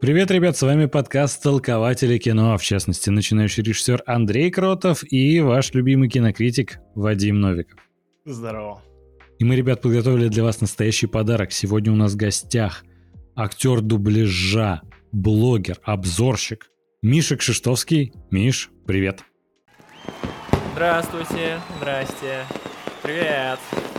Привет, ребят, с вами подкаст «Толкователи кино», в частности, начинающий режиссер Андрей Кротов и ваш любимый кинокритик Вадим Новиков. Здорово. И мы, ребят, подготовили для вас настоящий подарок. Сегодня у нас в гостях актер дубляжа, блогер, обзорщик Миша Кшиштовский. Миш, привет. Здравствуйте, здрасте, привет.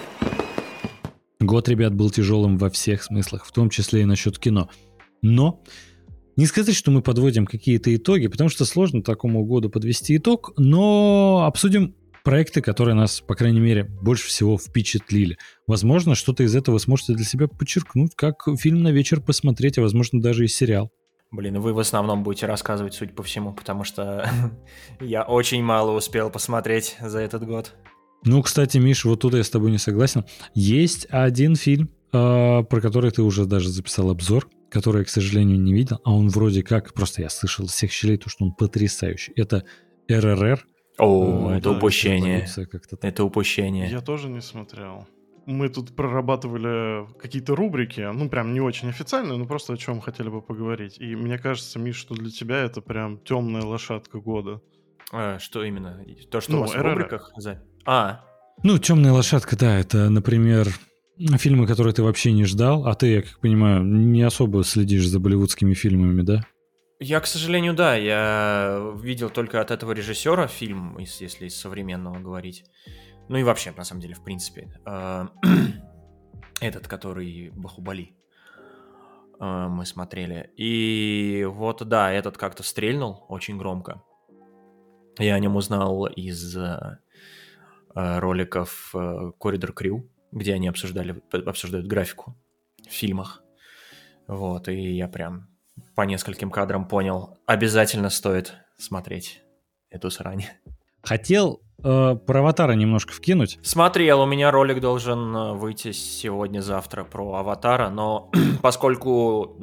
Год, ребят, был тяжелым во всех смыслах, в том числе и насчет кино. Но не сказать, что мы подводим какие-то итоги, потому что сложно такому году подвести итог, но обсудим проекты, которые нас, по крайней мере, больше всего впечатлили. Возможно, что-то из этого сможете для себя подчеркнуть, как фильм на вечер посмотреть, а возможно, даже и сериал. Блин, вы в основном будете рассказывать, судя по всему, потому что я очень мало успел посмотреть за этот год. Ну, кстати, Миш, вот тут я с тобой не согласен. Есть один фильм, про который ты уже даже записал обзор, который я, к сожалению, не видел, а он вроде как, просто я слышал из всех щелей, то, что он потрясающий. Это РРР. Это да, упущение. Это упущение. Я тоже не смотрел. Мы тут прорабатывали какие-то рубрики, ну, прям не очень официальные, но просто о чем хотели бы поговорить. И мне кажется, Миш, что для тебя это прям темная лошадка года. Что именно? То, что у вас в рубриках? Ну, «Темная лошадка», да, это, например, фильмы, которые ты вообще не ждал, а ты, я как понимаю, не особо следишь за болливудскими фильмами, да? Я, к сожалению, да, я видел только от этого режиссера фильм, если из современного говорить. Ну и вообще, на самом деле, в принципе. Этот, который «Бахубали», мы смотрели. И вот, да, этот как-то стрельнул очень громко. Я о нем узнал из роликов Corridor Crew, где они обсуждают графику в фильмах. Вот, и я прям по нескольким кадрам понял, обязательно стоит смотреть эту срань. Хотел про «Аватара» немножко вкинуть. Смотрел, у меня ролик должен выйти сегодня-завтра про «Аватара», но поскольку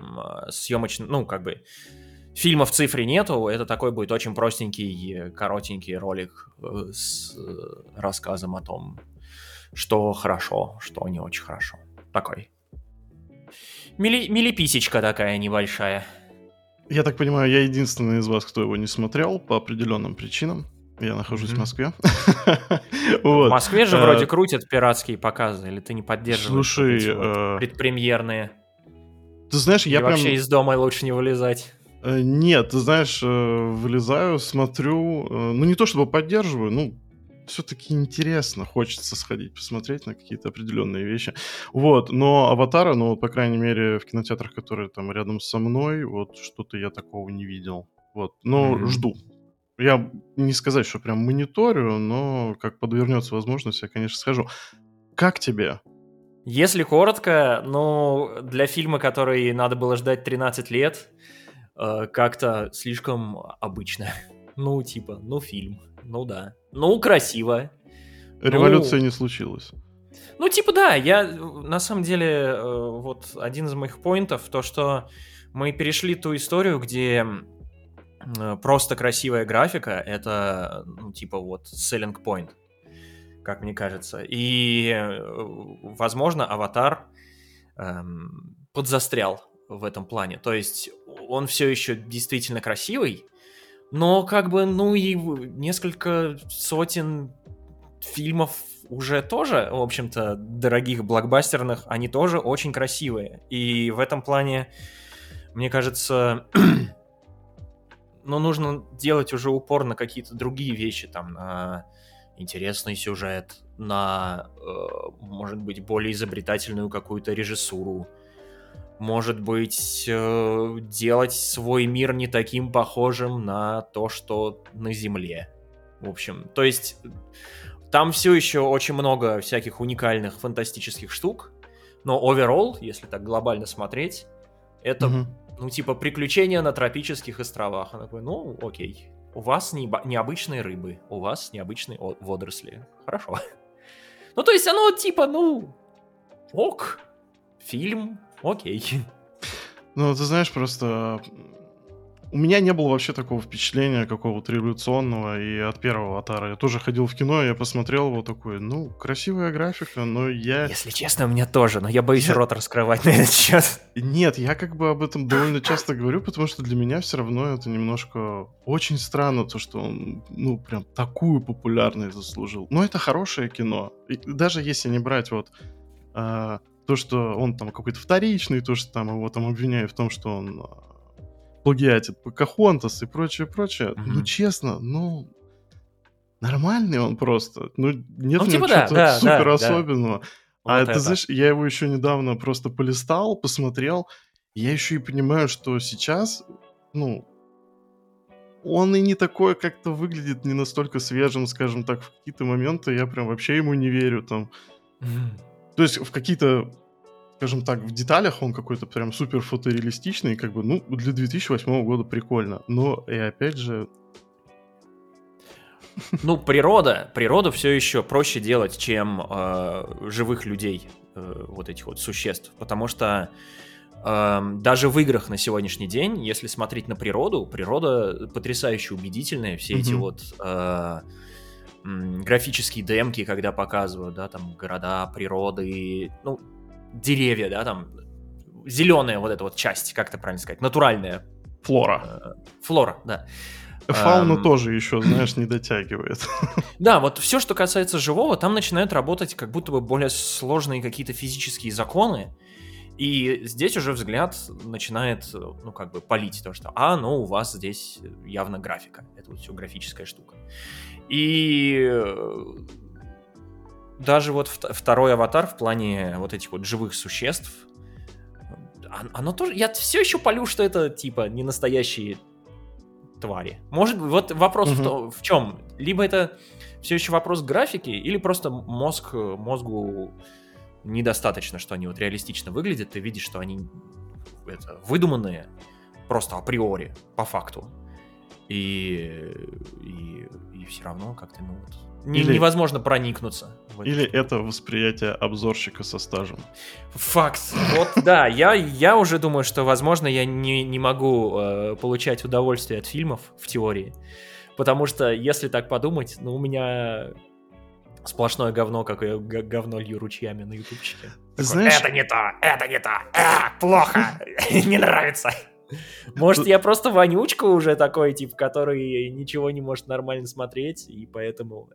фильма в цифре нету, это такой будет очень простенький, коротенький ролик с рассказом о том, что хорошо, что не очень хорошо. Такой. Милиписечка такая небольшая. Я так понимаю, я единственный из вас, кто его не смотрел по определенным причинам. Я нахожусь в Москве. В Москве же вроде крутят пиратские показы, или ты не поддерживаешь? Слушай, предпремьерные? Ты знаешь, я прям... вообще из дома лучше не вылезать? Нет, ты знаешь, вылезаю, смотрю, ну не то чтобы поддерживаю, ну все-таки интересно, хочется сходить посмотреть на какие-то определенные вещи. Вот, но «Аватара», ну, по крайней мере, в кинотеатрах, которые там рядом со мной, вот что-то я такого не видел. Вот, но жду. Я не сказать, что прям мониторю, но как подвернется возможность, я, конечно, схожу. Как тебе? Если коротко, ну, для фильма, который надо было ждать 13 лет, как-то слишком обычно. Ну, типа, ну, фильм, ну да. Ну, красиво. Революция не случилась. Ну, типа, да, я, на самом деле, вот один из моих поинтов, то, что мы перешли ту историю, где просто красивая графика, это, ну, типа, вот, selling point, как мне кажется. И, возможно, «Аватар» подзастрял в этом плане. То есть он все еще действительно красивый, но как бы, ну и несколько сотен фильмов уже тоже, в общем-то, дорогих, блокбастерных, они тоже очень красивые. И в этом плане, мне кажется, ну, нужно делать уже упор на какие-то другие вещи, там, на интересный сюжет, на, может быть, более изобретательную какую-то режиссуру, может быть, делать свой мир не таким похожим на то, что на Земле. В общем, то есть там все еще очень много всяких уникальных фантастических штук, но overall, если так глобально смотреть, это, ну, типа, приключения на тропических островах. Он такой, ну, окей, у вас необычные рыбы, у вас необычные водоросли. Хорошо. Ну, то есть оно, типа, ну, ок, фильм, окей. Ну, ты знаешь, просто у меня не было вообще такого впечатления какого-то революционного и от первого «Аватара». Я тоже ходил в кино, я посмотрел его такой, ну, красивая графика, но я... Если честно, у меня тоже, но я боюсь Я- рот раскрывать на этот счет. Нет, я как бы об этом довольно часто говорю, потому что для меня все равно это немножко очень странно, то, что он, ну, прям такую популярность заслужил. Но это хорошее кино. И даже если не брать вот то, что он там какой-то вторичный, то, что там его там обвиняют в том, что он плагиатит Покахонтас и прочее, прочее. Мгм. Ну, честно, ну, нормальный он просто. Ну, нет Ну, в нем типа да, чего-то да, супер да. особенного. А Вот ты это. знаешь, я его еще недавно просто полистал, посмотрел. И я еще и понимаю, что сейчас, ну, он и не такой как-то выглядит, не настолько свежим, скажем так, в какие-то моменты я прям вообще ему не верю там. Мгм. То есть в какие-то, скажем так, в деталях он какой-то прям супер фотореалистичный, как бы, ну, для 2008 года прикольно. Но и опять же, Ну, природу все еще проще делать, чем живых людей, вот этих вот существ. Потому что даже в играх на сегодняшний день, если смотреть на природу, природа потрясающе убедительная. Все эти Мгм. вот графические демки, когда показывают, да, там города, природы, ну, деревья, да, там зеленая вот эта вот часть, как это правильно сказать, натуральная флора. флора, да. Фауна тоже еще, знаешь, не дотягивает. Да, вот все, что касается живого, там начинают работать как будто бы более сложные какие-то физические законы, и здесь уже взгляд начинает, ну, как бы палить то, что, ну, у вас здесь явно графика, это вот все графическая штука. И даже вот второй «Аватар» в плане вот этих вот живых существ, оно тоже, я все еще палю, что это, типа, не настоящие твари. Может быть, вот вопрос в чем? Либо это все еще вопрос графики, или просто мозгу недостаточно, что они вот реалистично выглядят, ты видишь, что они выдуманные просто априори, по факту. И все равно как-то, ну вот, невозможно проникнуться. Или это восприятие обзорщика со стажем. Факт. Вот, да, я уже думаю, что, возможно, я не могу получать удовольствие от фильмов в теории, потому что, если так подумать, ну, у меня сплошное говно, как я говно лью ручьями на ютубчике. Знаешь... Это не то, плохо, не нравится. Может, я просто вонючка уже такой, тип, который ничего не может нормально смотреть, и поэтому...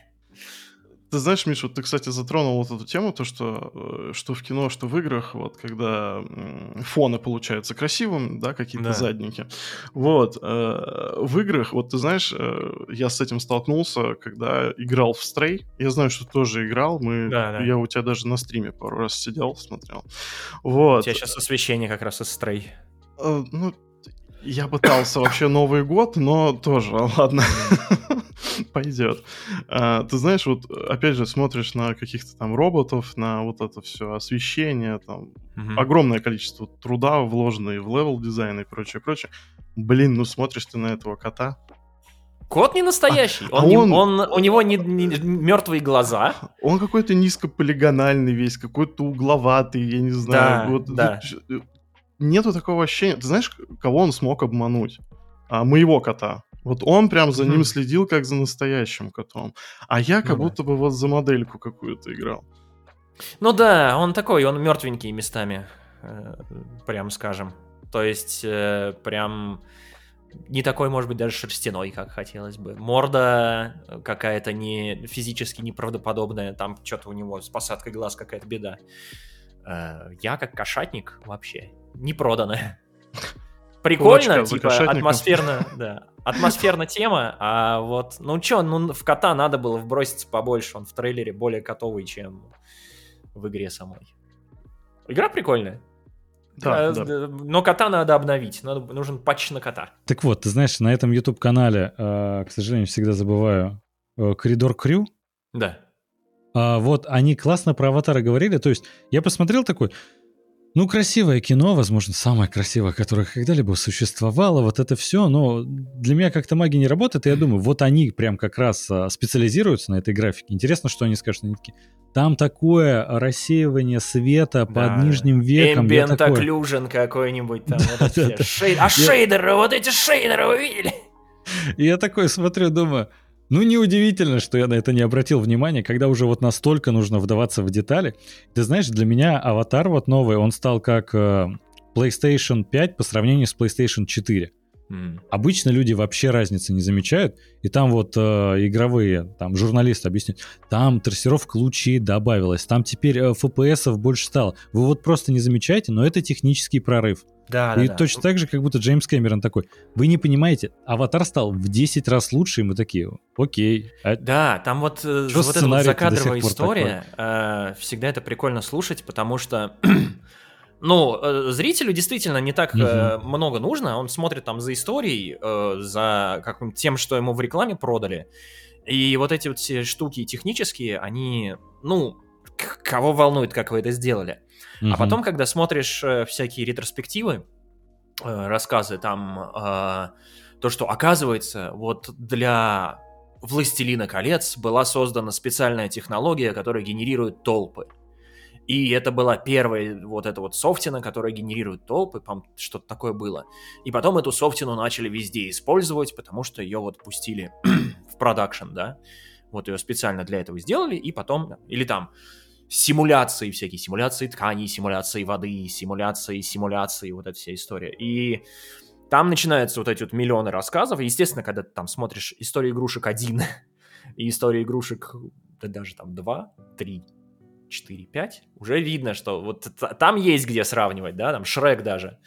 Ты знаешь, Миша, вот ты, кстати, затронул вот эту тему, то, что в кино, что в играх, вот, когда фоны получаются красивым, да, какие-то задники. Вот, в играх, вот, ты знаешь, я с этим столкнулся, когда играл в Stray. Я знаю, что ты тоже играл, я у тебя даже на стриме пару раз сидел, смотрел. Вот. У тебя сейчас освещение как раз из Stray. Ну, я пытался вообще Новый год, но тоже, ладно, пойдет. Ты знаешь, вот опять же смотришь на каких-то там роботов, на вот это все освещение, там огромное количество труда вложено и в левел-дизайн и прочее, прочее. Блин, ну смотришь ты на этого кота. Кот не настоящий. У него не мертвые глаза. Он какой-то низкополигональный весь, какой-то угловатый, я не знаю. Да. Нету такого ощущения. Ты знаешь, кого он смог обмануть? Моего кота. Вот он прям за ним следил, как за настоящим котом. А я как будто бы вот за модельку какую-то играл. Ну да, он такой, он мертвенький местами, прям скажем. То есть прям не такой, может быть, даже шерстяной, как хотелось бы. Морда какая-то не физически неправдоподобная, там что-то у него с посадкой глаз какая-то беда. Я как кошатник вообще не проданная. Прикольно, типа атмосферно тема, а вот, в кота надо было вброситься побольше, он в трейлере более котовый, чем в игре самой. Игра прикольная. Да. Но кота надо обновить, нужен патч на кота. Так вот, ты знаешь, на этом YouTube-канале, к сожалению, всегда забываю, Коридор Крю. Да. Вот они классно про Аватара говорили, то есть я посмотрел такой, Ну, красивое кино, возможно, самое красивое, которое когда-либо существовало, вот это все, но для меня как-то магия не работает, и я думаю, вот они прям как раз специализируются на этой графике. Интересно, что они скажут, они такие, там такое рассеивание света под нижним веком. Ambient occlusion какой-нибудь там, вот это все. А шейдеры, вот эти шейдеры вы видели? И я такой смотрю, думаю, ну, неудивительно, что я на это не обратил внимания, когда уже вот настолько нужно вдаваться в детали. Ты знаешь, для меня «Аватар» вот новый, он стал как PlayStation 5 по сравнению с PlayStation 4. Обычно люди вообще разницы не замечают, и там вот игровые, там журналисты объясняют, там трассировка лучей добавилась, там теперь FPS-ов больше стало. Вы вот просто не замечаете, но это технический прорыв. Да, и точно так же, как будто Джеймс Кэмерон такой, вы не понимаете, «Аватар» стал в 10 раз лучше, и мы такие, окей. Да, там вот эта вот закадровая история, всегда это прикольно слушать, потому что, ну, зрителю действительно не так много нужно, он смотрит там за историей, за тем, что ему в рекламе продали, и вот эти вот все штуки технические, они, ну, кого волнует, как вы это сделали. А потом, когда смотришь всякие ретроспективы, рассказы, там, то, что оказывается, вот для «Властелина колец» была создана специальная технология, которая генерирует толпы. И это была первая вот эта вот софтина, которая генерирует толпы, что-то такое было. И потом эту софтину начали везде использовать, потому что ее вот пустили в продакшн, да. Вот ее специально для этого сделали, и потом, или там, симуляции всякие, симуляции тканей, симуляции воды, симуляции, вот эта вся история. И там начинаются вот эти вот миллионы рассказов. И, естественно, когда ты там смотришь историю игрушек 1 и историю игрушек, да даже там 2, 3, 4, 5, уже видно, что вот там есть где сравнивать, да, там Шрек даже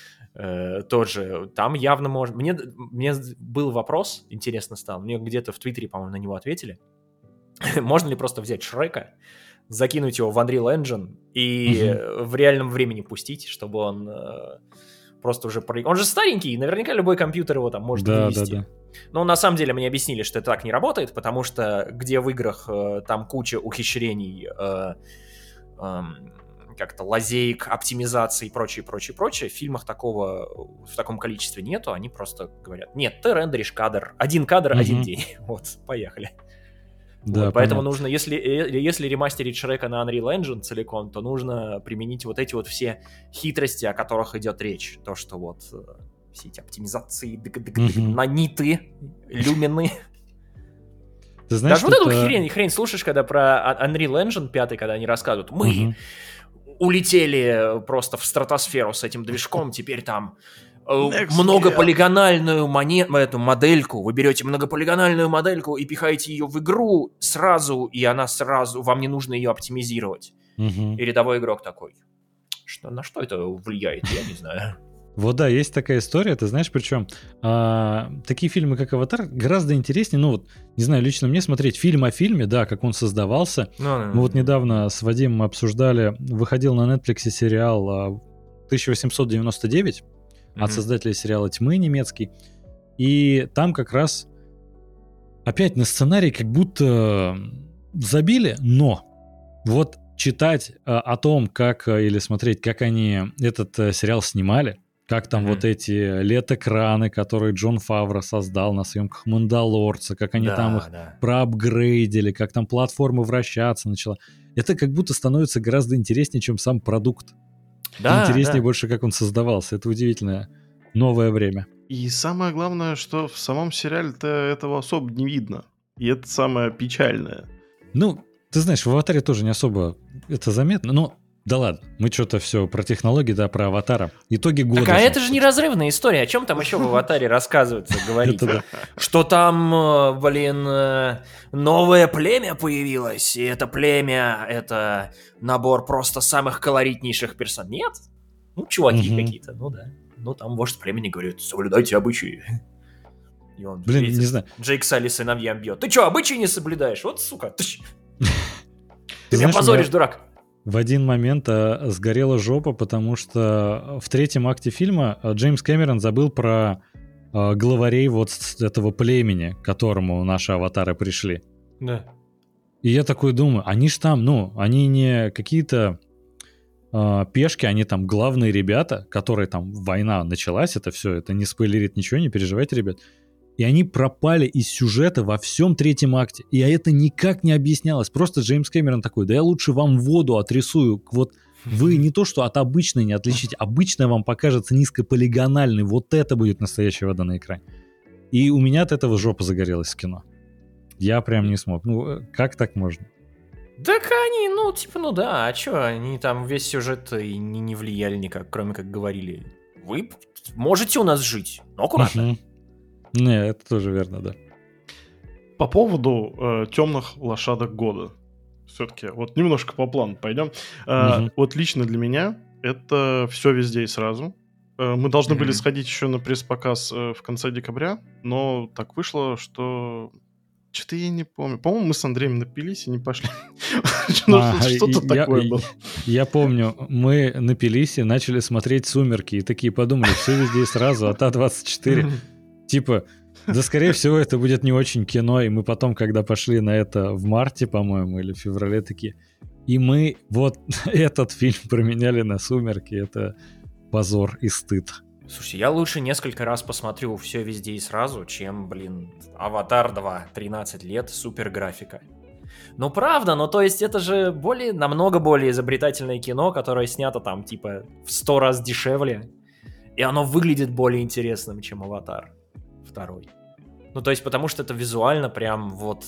тот же, там явно можно... Мне был вопрос, интересно стало, мне где-то в Твиттере, по-моему, на него ответили, можно ли просто взять Шрека, закинуть его в Unreal Engine и в реальном времени пустить, чтобы он просто уже... Он же старенький, наверняка любой компьютер его там может вывести. Да. Но на самом деле мне объяснили, что это так не работает, потому что где в играх там куча ухищрений, как-то лазеек, оптимизации и прочее, в фильмах такого в таком количестве нету, они просто говорят, нет, ты рендеришь кадр, один кадр, один день. Вот, поехали. Да, вот, поэтому нужно, если ремастерить Шрека на Unreal Engine целиком, то нужно применить вот эти вот все хитрости, о которых идет речь. То, что вот все эти оптимизации, наниты, люмины. Даже вот эту хрень слушаешь, когда про Unreal Engine 5, когда они рассказывают, мы улетели просто в стратосферу с этим движком, теперь там... многополигональную модельку, вы берете многополигональную модельку и пихаете ее в игру сразу, и она сразу, вам не нужно ее оптимизировать. И рядовой игрок такой, на что это влияет, я не знаю. Вот да, есть такая история, ты знаешь, причем такие фильмы, как «Аватар», гораздо интереснее, ну вот, не знаю, лично мне смотреть фильм о фильме, да, как он создавался. Мы вот недавно с Вадимом обсуждали, выходил на Netflix сериал 1899, от создателей сериала «Тьмы» немецкий. И там как раз опять на сценарий как будто забили, но вот читать о том, как, или смотреть, как они этот сериал снимали, как там вот эти лет-экраны, которые Джон Фавро создал на съемках «Мандалорца», как они там их проапгрейдили, как там платформа вращаться начала. Это как будто становится гораздо интереснее, чем сам продукт. Да, интереснее больше, как он создавался. Это удивительное новое время. И самое главное, что в самом сериале-то этого особо не видно. И это самое печальное. Ну, ты знаешь, в «Аватаре» тоже не особо это заметно, но да ладно, мы что-то все про технологии, да, про «Аватара». Итоги года. Так, а это же неразрывная история. О чем там еще в «Аватаре» рассказывается, говорить? Что там, новое племя появилось, и это племя, это набор просто самых колоритнейших персонажей. Нет? Ну, чуваки какие-то, ну да. Ну, там вождь племени говорит, соблюдайте обычаи. И он, не знаю. Джейк Салли сыновьям бьет. Ты что, обычаи не соблюдаешь? Вот, сука. Ты меня позоришь, дурак. В один момент сгорела жопа, потому что в третьем акте фильма Джеймс Кэмерон забыл про главарей вот этого племени, к которому наши аватары пришли. Да. И я такой думаю, они ж там, ну, они не какие-то пешки, они там главные ребята, которые там война началась, это все, это не спойлерит ничего, не переживайте, ребят. И они пропали из сюжета во всем третьем акте. И это никак не объяснялось. Просто Джеймс Кэмерон такой: да я лучше вам воду отрисую. Вот вы не то, что от обычной не отличите. Обычная вам покажется низкополигональной. Вот это будет настоящая вода на экране. И у меня от этого жопа загорелась в кино. Я прям не смог. Ну, как так можно? Так они, ну, типа, ну да, а чё, они там весь сюжет и не влияли никак, кроме как говорили: вы можете у нас жить, но аккуратно. Не, это тоже верно, да. По поводу темных лошадок года. Все-таки вот немножко по плану пойдем. Вот лично для меня это все везде и сразу. Мы должны были сходить еще на пресс-показ в конце декабря, но так вышло, что... Что-то я не помню. По-моему, мы с Андреем напились и не пошли. Что-то такое было. Я помню, мы напились и начали смотреть «Сумерки», и такие подумали: все везде и сразу, а Та-24... Типа, да, скорее всего, это будет не очень кино, и мы потом, когда пошли на это в марте, по-моему, или в феврале такие, и мы вот этот фильм променяли на «Сумерки», это позор и стыд. Слушай, я лучше несколько раз посмотрю все везде и сразу, чем, «Аватар 2», 13 лет, супер графика. Ну, правда, ну, то есть это же намного более изобретательное кино, которое снято там, типа, в 100 раз дешевле, и оно выглядит более интересным, чем «Аватар» второй. Ну, то есть, потому что это визуально прям вот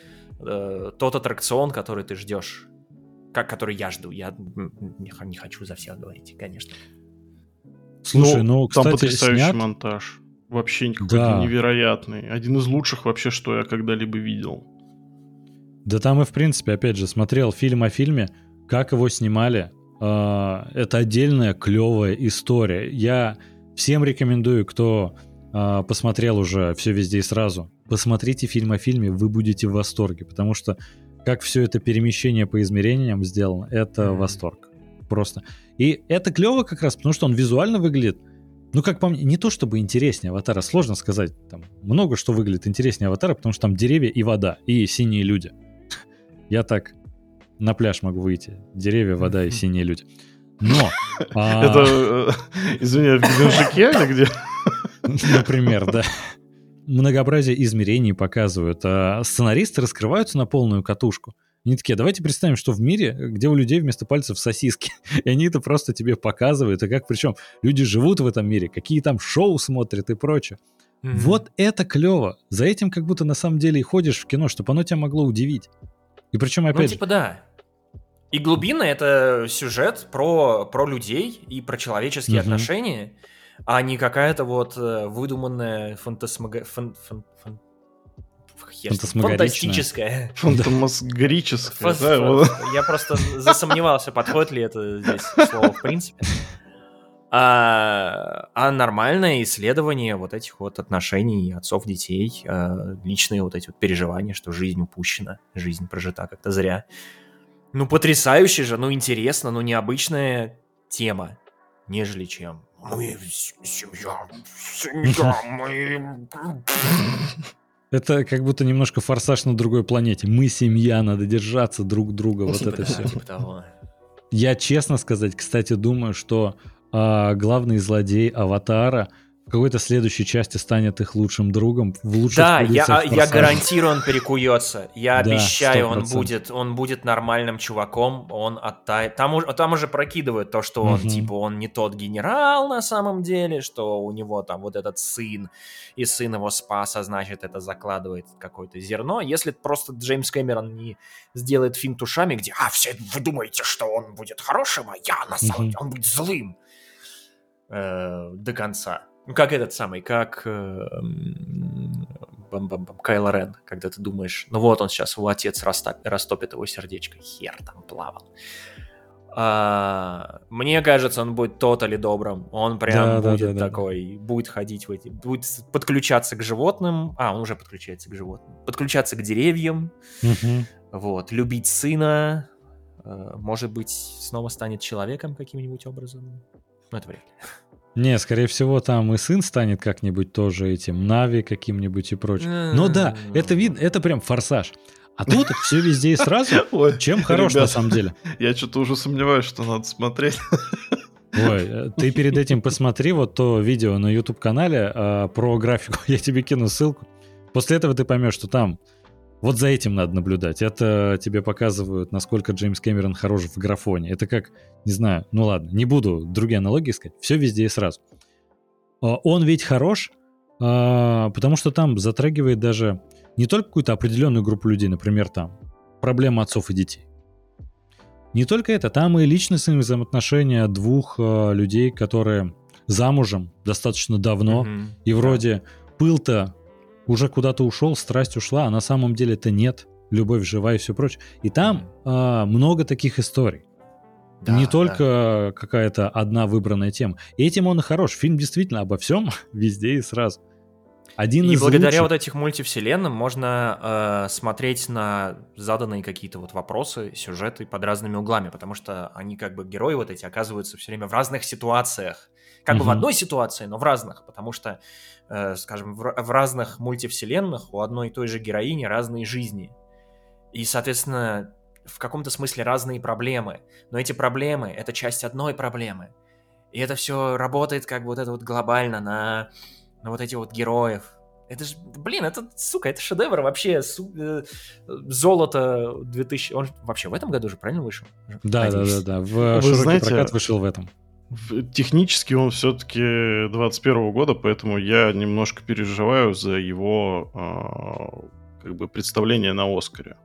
тот аттракцион, который ты ждешь. Который я жду. Я не хочу за всех говорить, конечно. Слушай, ну, там кстати, потрясающий монтаж. Вообще какой-то невероятный. Один из лучших вообще, что я когда-либо видел. Да там и, в принципе, опять же, смотрел фильм о фильме, как его снимали. Это отдельная клевая история. Я всем рекомендую, кто посмотрел уже все везде и сразу, посмотрите фильм о фильме, вы будете в восторге, потому что как все это перемещение по измерениям сделано, это восторг. Просто. И это клево как раз, потому что он визуально выглядит, ну, как по мне, не то чтобы интереснее «Аватара», сложно сказать, там много что выглядит интереснее «Аватара», потому что там деревья и вода, и синие люди. Я так на пляж могу выйти. Деревья, вода и синие люди. Но... Это, извини, в Геленджике или где? Например, да. Многообразие измерений показывают, а сценаристы раскрываются на полную катушку. Они такие: давайте представим, что в мире, где у людей вместо пальцев сосиски, и они это просто тебе показывают, и как причем люди живут в этом мире, какие там шоу смотрят и прочее. Вот это клево. За этим как будто на самом деле и ходишь в кино, чтобы оно тебя могло удивить. И причем опять же... да. И глубинно это сюжет про людей и про человеческие отношения, а не какая-то вот выдуманная фантастическая. Фантасмагорическая. Я просто засомневался, подходит ли это здесь слово в принципе. А нормальное исследование вот этих вот отношений отцов, детей, личные вот эти вот переживания, что жизнь упущена, жизнь прожита как-то зря. Ну, потрясающе же, ну, интересно, ну, необычная тема, нежели чем мы семья, мы... Это как будто немножко «Форсаж» на другой планете. Мы семья, надо держаться друг друга, вот это все. Типа того. Я, честно сказать, кстати, думаю, что главный злодей «Аватара» в какой-то следующей части станет их лучшим другом. Да, я гарантирую, он перекуется. Я обещаю, 100%. он будет нормальным чуваком. Он оттает. Там уже прокидывают то, что он типа он не тот генерал на самом деле, что у него там вот этот сын, и сын его спас, а значит это закладывает какое-то зерно. Если просто Джеймс Кэмерон не сделает фильм «Тушами», где все вы думаете, что он будет хорошим, а я на самом деле он будет злым до конца. Ну, как этот самый, как Кайло Рен, когда ты думаешь, ну вот он сейчас, его отец растопит его сердечко, хер там плавал. Мне кажется, он будет тотали добрым, он прям будет такой, будет ходить будет подключаться к животным, он уже подключается к животным, подключаться к деревьям, вот, любить сына, может быть, снова станет человеком каким-нибудь образом, но это вряд ли. Не, скорее всего, там и сын станет как-нибудь тоже этим Нави каким-нибудь и прочим. Но да, это видно, это прям «Форсаж». А тут все везде и сразу. Ой, Чем хорош на ребят, самом деле? я что-то уже сомневаюсь, что надо смотреть. Ой, ты перед этим посмотри вот то видео на YouTube-канале про графику. Я тебе кину ссылку. После этого ты поймешь, что там вот за этим надо наблюдать. Это тебе показывают, насколько Джеймс Кэмерон хорош в графоне. Это как, не знаю, ну ладно, не буду другие аналогии искать. Все везде и сразу. Он ведь хорош, потому что там затрагивает даже не только какую-то определенную группу людей, например, там проблемы отцов и детей. Не только это, там и личностные взаимоотношения двух людей, которые замужем достаточно давно, и вроде пыл-то уже куда-то ушел, страсть ушла, а на самом деле это нет, любовь жива и все прочее. И там много таких историй. Да, не только какая-то одна выбранная тема. И этим он и хорош. Фильм действительно обо всем, везде и сразу. Один и из благодаря лучших. вот этих мультивселенным можно смотреть на заданные какие-то вот вопросы, сюжеты под разными углами, потому что они как бы, герои вот эти, оказываются все время в разных ситуациях. Как бы в одной ситуации, но в разных, потому что, скажем, в разных мультивселенных у одной и той же героини разные жизни. И, соответственно, в каком-то смысле разные проблемы. Но эти проблемы — это часть одной проблемы. И это все работает как бы вот это вот глобально на вот эти вот героев. Это же, блин, это, сука, это шедевр вообще. Золото 2000... Он вообще в этом году же правильно вышел? Да. В широкий прокат вышел в этом. Технически он все-таки 21 года, поэтому я немножко переживаю за его как бы представление на Оскаре.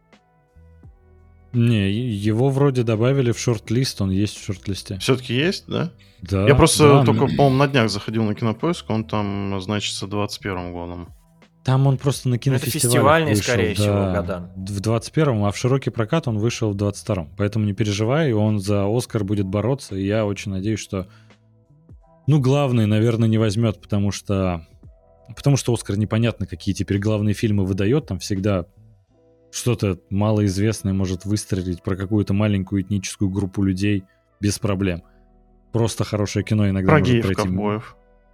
Не, его вроде добавили в шорт-лист, он есть в шорт-листе. Все-таки есть, да? Да. Я просто только, по-моему, на днях заходил на Кинопоиск, он там значится 21 годом. Там он просто на кинофестивале это фестивальный, вышел, скорее всего, года. В 21-м, а в широкий прокат он вышел в 22-м. Поэтому не переживай, он за Оскар будет бороться, и я очень надеюсь, что... Ну, главный, наверное, не возьмет, потому что Оскар непонятно, какие теперь главные фильмы выдает, там всегда... Что-то малоизвестное может выстрелить про какую-то маленькую этническую группу людей без проблем. Просто хорошее кино иногда про может пройти. Про геев-ковбоев.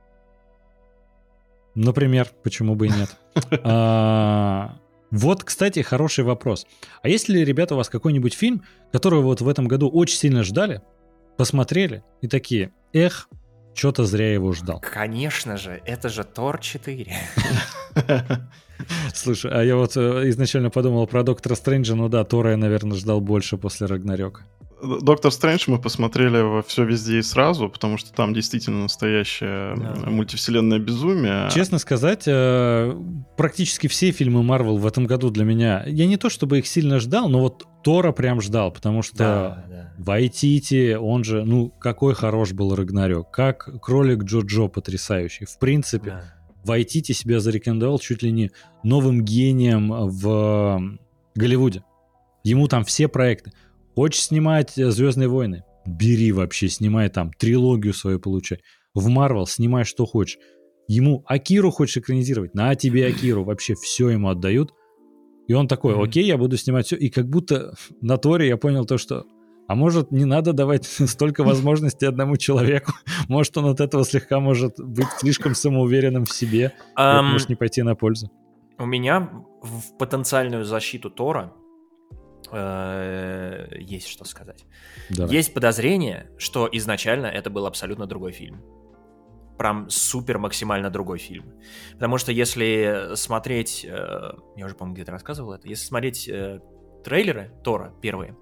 Например, почему бы и нет. Вот, кстати, хороший вопрос. А есть ли, ребята, у вас какой-нибудь фильм, который вот в этом году очень сильно ждали, посмотрели и такие, что-то зря его ждал? Конечно же, это же Тор 4. Слушай, а я вот изначально подумал про Доктора Стрэнджа, ну да, Тора я, наверное, ждал больше после Рагнарёка. Доктор Стрэндж мы посмотрели во «Все везде и сразу», потому что там действительно настоящее мультивселенное безумие. Честно сказать, практически все фильмы Марвел в этом году для меня, я не то чтобы их сильно ждал, но вот Тора прям ждал, потому что Вайтити, он же, ну, какой хорош был Рагнарёк, как кролик Джо-Джо потрясающий. В принципе, Вайтити себя зарекомендовал чуть ли не новым гением в Голливуде. Ему там все проекты. Хочешь снимать «Звездные войны»? Бери вообще, снимай там, трилогию свою получай. В Марвел снимай что хочешь. Ему Акиру хочешь экранизировать? На тебе Акиру. Вообще все ему отдают. И он такой, окей, я буду снимать все. И как будто на Торе я понял то, что а может, не надо давать столько возможностей одному человеку? Может, он от этого слегка может быть слишком самоуверенным в себе. Это может не пойти на пользу. У меня в потенциальную защиту Тора есть что сказать. Давай. Есть подозрение, что изначально это был абсолютно другой фильм. Прям супер максимально другой фильм. Потому что если смотреть... я уже, по-моему, где-то рассказывал это. Если смотреть трейлеры Тора первые,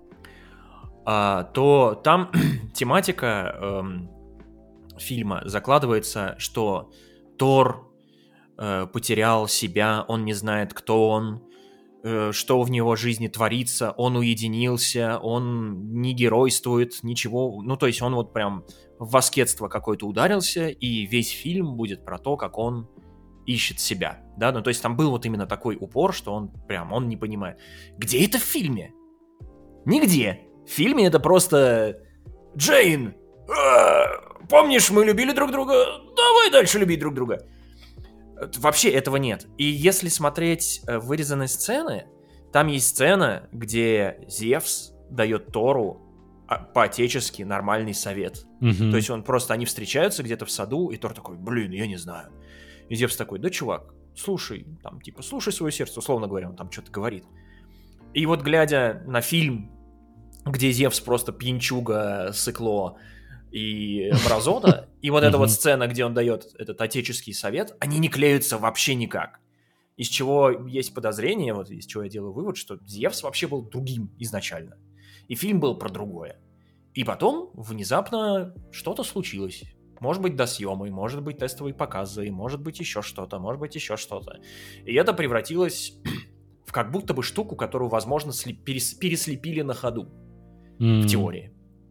то там тематика фильма закладывается, что Тор потерял себя, он не знает, кто он, что в него жизни творится, он уединился, он не геройствует, ничего. Ну, то есть он вот прям в аскетство какое-то ударился, и весь фильм будет про то, как он ищет себя, да, ну, то есть там был вот именно такой упор, что он не понимает. Где это в фильме? Нигде. В фильме это просто Джейн, помнишь, мы любили друг друга? Давай дальше любить друг друга. Вообще этого нет. И если смотреть вырезанные сцены, там есть сцена, где Зевс дает Тору по-отечески нормальный совет. То есть они встречаются где-то в саду, и Тор такой, блин, я не знаю. И Зевс такой, да, чувак, слушай, там, типа, слушай свое сердце, условно говоря, он там что-то говорит. И вот глядя на фильм, где Зевс просто пьянчуга, сыкло и мразота, и вот эта вот сцена, где он дает этот отеческий совет, они не клеются вообще никак. Из чего есть подозрение, вот из чего я делаю вывод, что Зевс вообще был другим изначально. И фильм был про другое. И потом внезапно что-то случилось. Может быть, досъемы, может быть, тестовые показы, может быть, еще что-то, может быть, еще что-то. И это превратилось в как будто бы штуку, которую, возможно, переслепили на ходу. В теории.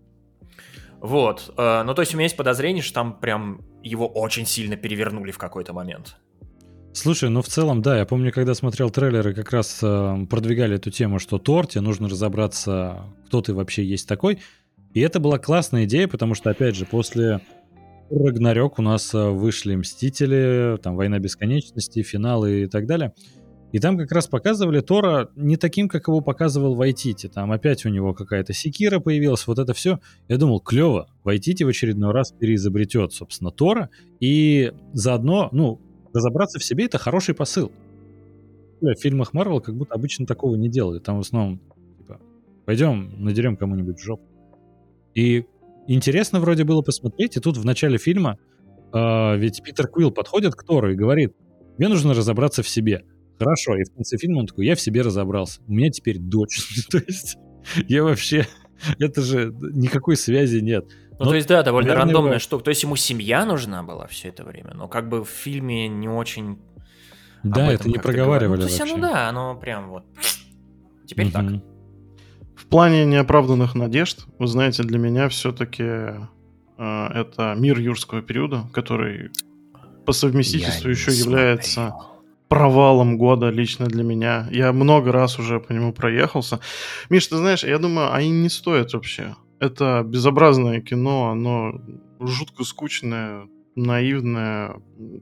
Вот. Ну, то есть у меня есть подозрение, что там прям его очень сильно перевернули в какой-то момент. Слушай, ну в целом, да, я помню, когда смотрел трейлеры, как раз продвигали эту тему, что Тор, тебе нужно разобраться, кто ты вообще есть такой. И это была классная идея, потому что, опять же, после Рагнарёк у нас вышли Мстители, там Война Бесконечности, финалы и так далее. И там как раз показывали Тора не таким, как его показывал Вайтити. Там опять у него какая-то секира появилась, вот это все. Я думал, клево, Вайтити в очередной раз переизобретет, собственно, Тора. И заодно, ну, разобраться в себе — это хороший посыл. В фильмах Марвел как будто обычно такого не делают. Там в основном, типа, пойдем надерем кому-нибудь в жопу. И интересно вроде было посмотреть, и тут в начале фильма ведь Питер Квилл подходит к Тору и говорит, мне нужно разобраться в себе. Хорошо, и в конце фильма он такой, я в себе разобрался, у меня теперь дочь. То есть я вообще... Это же никакой связи нет. Ну, то есть, да, довольно рандомная штука. То есть ему семья нужна была все это время, но как бы в фильме не очень... Да, это не проговаривали вообще. вообще. Ну да, оно прям вот... Теперь так. В плане неоправданных надежд, вы знаете, для меня все-таки это «Мир юрского периода», который по совместительству еще является провалом года лично для меня. Я много раз уже по нему проехался. Миш, ты знаешь, я думаю, они не стоят вообще. Это безобразное кино, оно жутко скучное, наивное,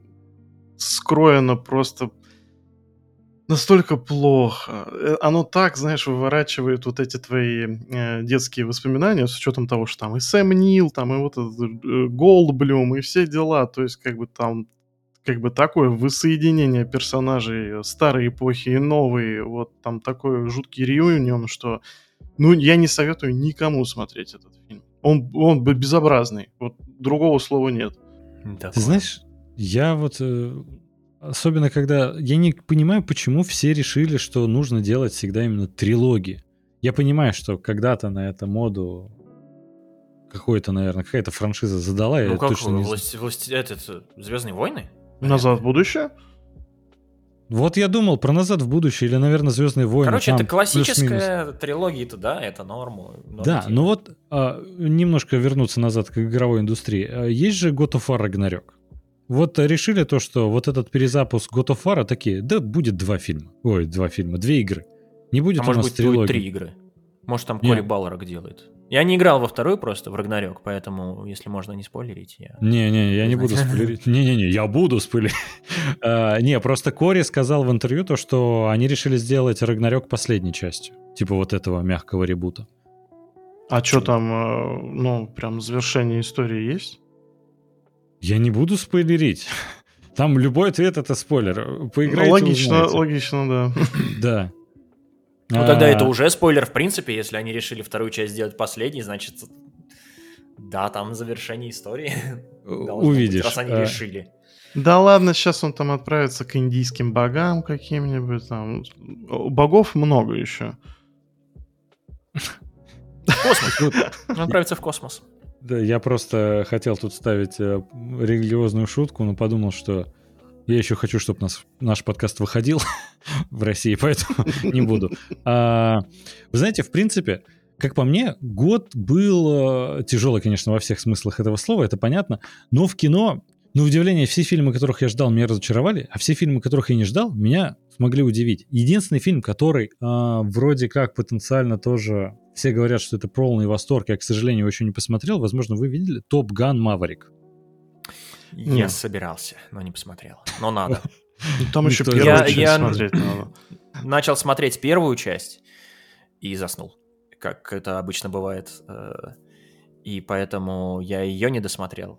скроено просто настолько плохо. Оно так, знаешь, выворачивает вот эти твои детские воспоминания с учетом того, что там и Сэм Нил, там и вот этот Голдблюм, и все дела. То есть как бы там как бы такое воссоединение персонажей старой эпохи и новой, вот там такой жуткий реюнион, что, ну, я не советую никому смотреть этот фильм. Он безобразный, вот другого слова нет. Ты знаешь, я вот, особенно когда, я не понимаю, почему все решили, что нужно делать всегда именно трилогии. Я понимаю, что когда-то на это моду какая-то франшиза задала. Ну я как, точно не «Звездные войны»? «Назад в будущее»? Вот я думал про «Назад в будущее» или, наверное, «Звездные войны». Короче, там это классическая трилогия-то, да, это норму. Да, ну вот немножко вернуться назад к игровой индустрии. Есть же God of War Ragnarok. Вот решили то, что вот этот перезапуск God of War такие, да будет две игры. Не будет у может нас быть, трилогии. будет 3 игры. Может, там Кори Балларок делает. Я не играл во вторую просто, в Рагнарёк, поэтому, если можно не спойлерить, я... Не, я не буду спойлерить. Не, я буду спойлерить. Не, просто Кори сказал в интервью то, что они решили сделать Рагнарёк последней частью. Типа вот этого мягкого ребута. А что там, ну, прям завершение истории есть? Я не буду спойлерить. Там любой ответ — это спойлер. Поиграйте, логично, да. Да. Ну, тогда это уже спойлер, в принципе, если они решили вторую часть сделать последней, значит, да, там завершение истории. Увидишь. Раз они решили. Да ладно, сейчас он там отправится к индийским богам каким-нибудь там. Богов много еще. В космос. Он отправится в космос. Да, я просто хотел тут ставить религиозную шутку, но подумал, что я еще хочу, чтобы наш подкаст выходил в России, поэтому не буду. Вы знаете, в принципе, как по мне, год был тяжелый, конечно, во всех смыслах этого слова, это понятно, но в кино, на удивление, все фильмы, которых я ждал, меня разочаровали, а все фильмы, которых я не ждал, меня смогли удивить. Единственный фильм, который вроде как потенциально тоже... Все говорят, что это полный восторг, я, к сожалению, его еще не посмотрел, возможно, вы видели «Топ Ган Маверик». Я собирался, но не посмотрел. Но надо. Там еще первую часть смотреть надо. Начал смотреть первую часть и заснул, как это обычно бывает. И поэтому я ее не досмотрел.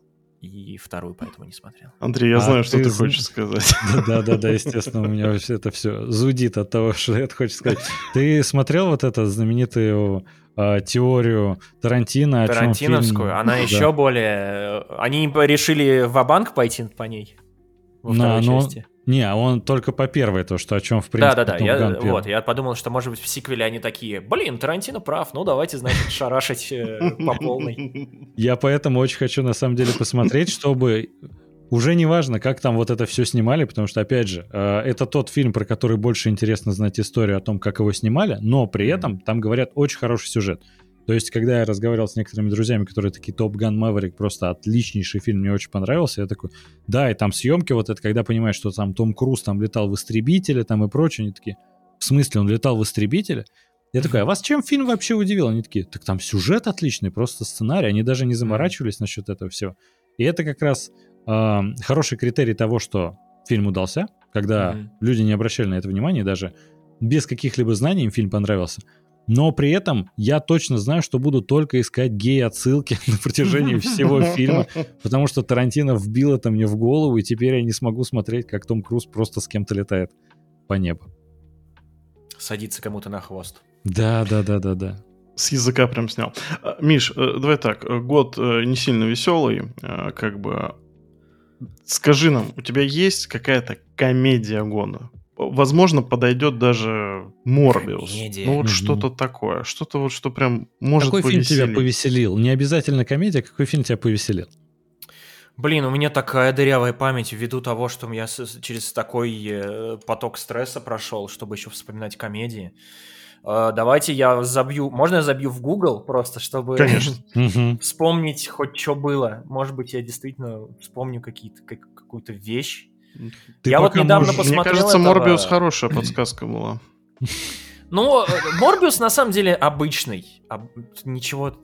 и вторую поэтому не смотрел. Андрей, я знаю, что ты хочешь сказать. Да, естественно, у меня это все зудит от того, что это хочешь сказать. Ты смотрел вот эту знаменитую теорию Тарантино? Тарантиновскую? Она еще более... Они решили ва-банк пойти по ней во второй части. Не, он только по первой, то, что о чем в принципе Да. Я подумал, что, может быть, в сиквеле они такие, Тарантино прав, ну давайте, значит, шарашить по полной. Я поэтому очень хочу, на самом деле, посмотреть, чтобы... Уже не важно, как там вот это все снимали, потому что, опять же, это тот фильм, про который больше интересно знать историю о том, как его снимали, но при этом там говорят очень хороший сюжет. То есть, когда я разговаривал с некоторыми друзьями, которые такие Top Gun Maverick, просто отличнейший фильм, мне очень понравился, я такой, да, и там съемки вот это, когда понимаешь, что там Том Круз там летал в истребителе там и прочее, они такие, в смысле, он летал в истребителе? Я такой, а вас чем фильм вообще удивил? Они такие, так там сюжет отличный, просто сценарий, они даже не заморачивались насчет этого всего. И это как раз хороший критерий того, что фильм удался, когда люди не обращали на это внимания, даже без каких-либо знаний им фильм понравился. Но при этом я точно знаю, что буду только искать гей-отсылки на протяжении всего фильма, потому что Тарантино вбил это мне в голову, и теперь я не смогу смотреть, как Том Круз просто с кем-то летает по небу. Садится кому-то на хвост. Да. С языка прям снял. Миш, давай так, год не сильно веселый, как бы... Скажи нам, у тебя есть какая-то комедия года? Возможно, подойдет даже Морбиус. Комедия. Ну вот что-то такое. Что-то вот, что прям может Какой повеселить. фильм тебя повеселил? Не обязательно комедия, какой фильм тебя повеселил? Блин, у меня такая дырявая память ввиду того, что я через такой поток стресса прошел, чтобы еще вспоминать комедии. Давайте я забью... Можно я забью в Google просто, чтобы вспомнить хоть что было? Может быть, я действительно вспомню какую-то вещь. Я вот недавно посмотрел... Мне кажется, Морбиус хорошая подсказка была. Ну, Морбиус на самом деле обычный. Ничего...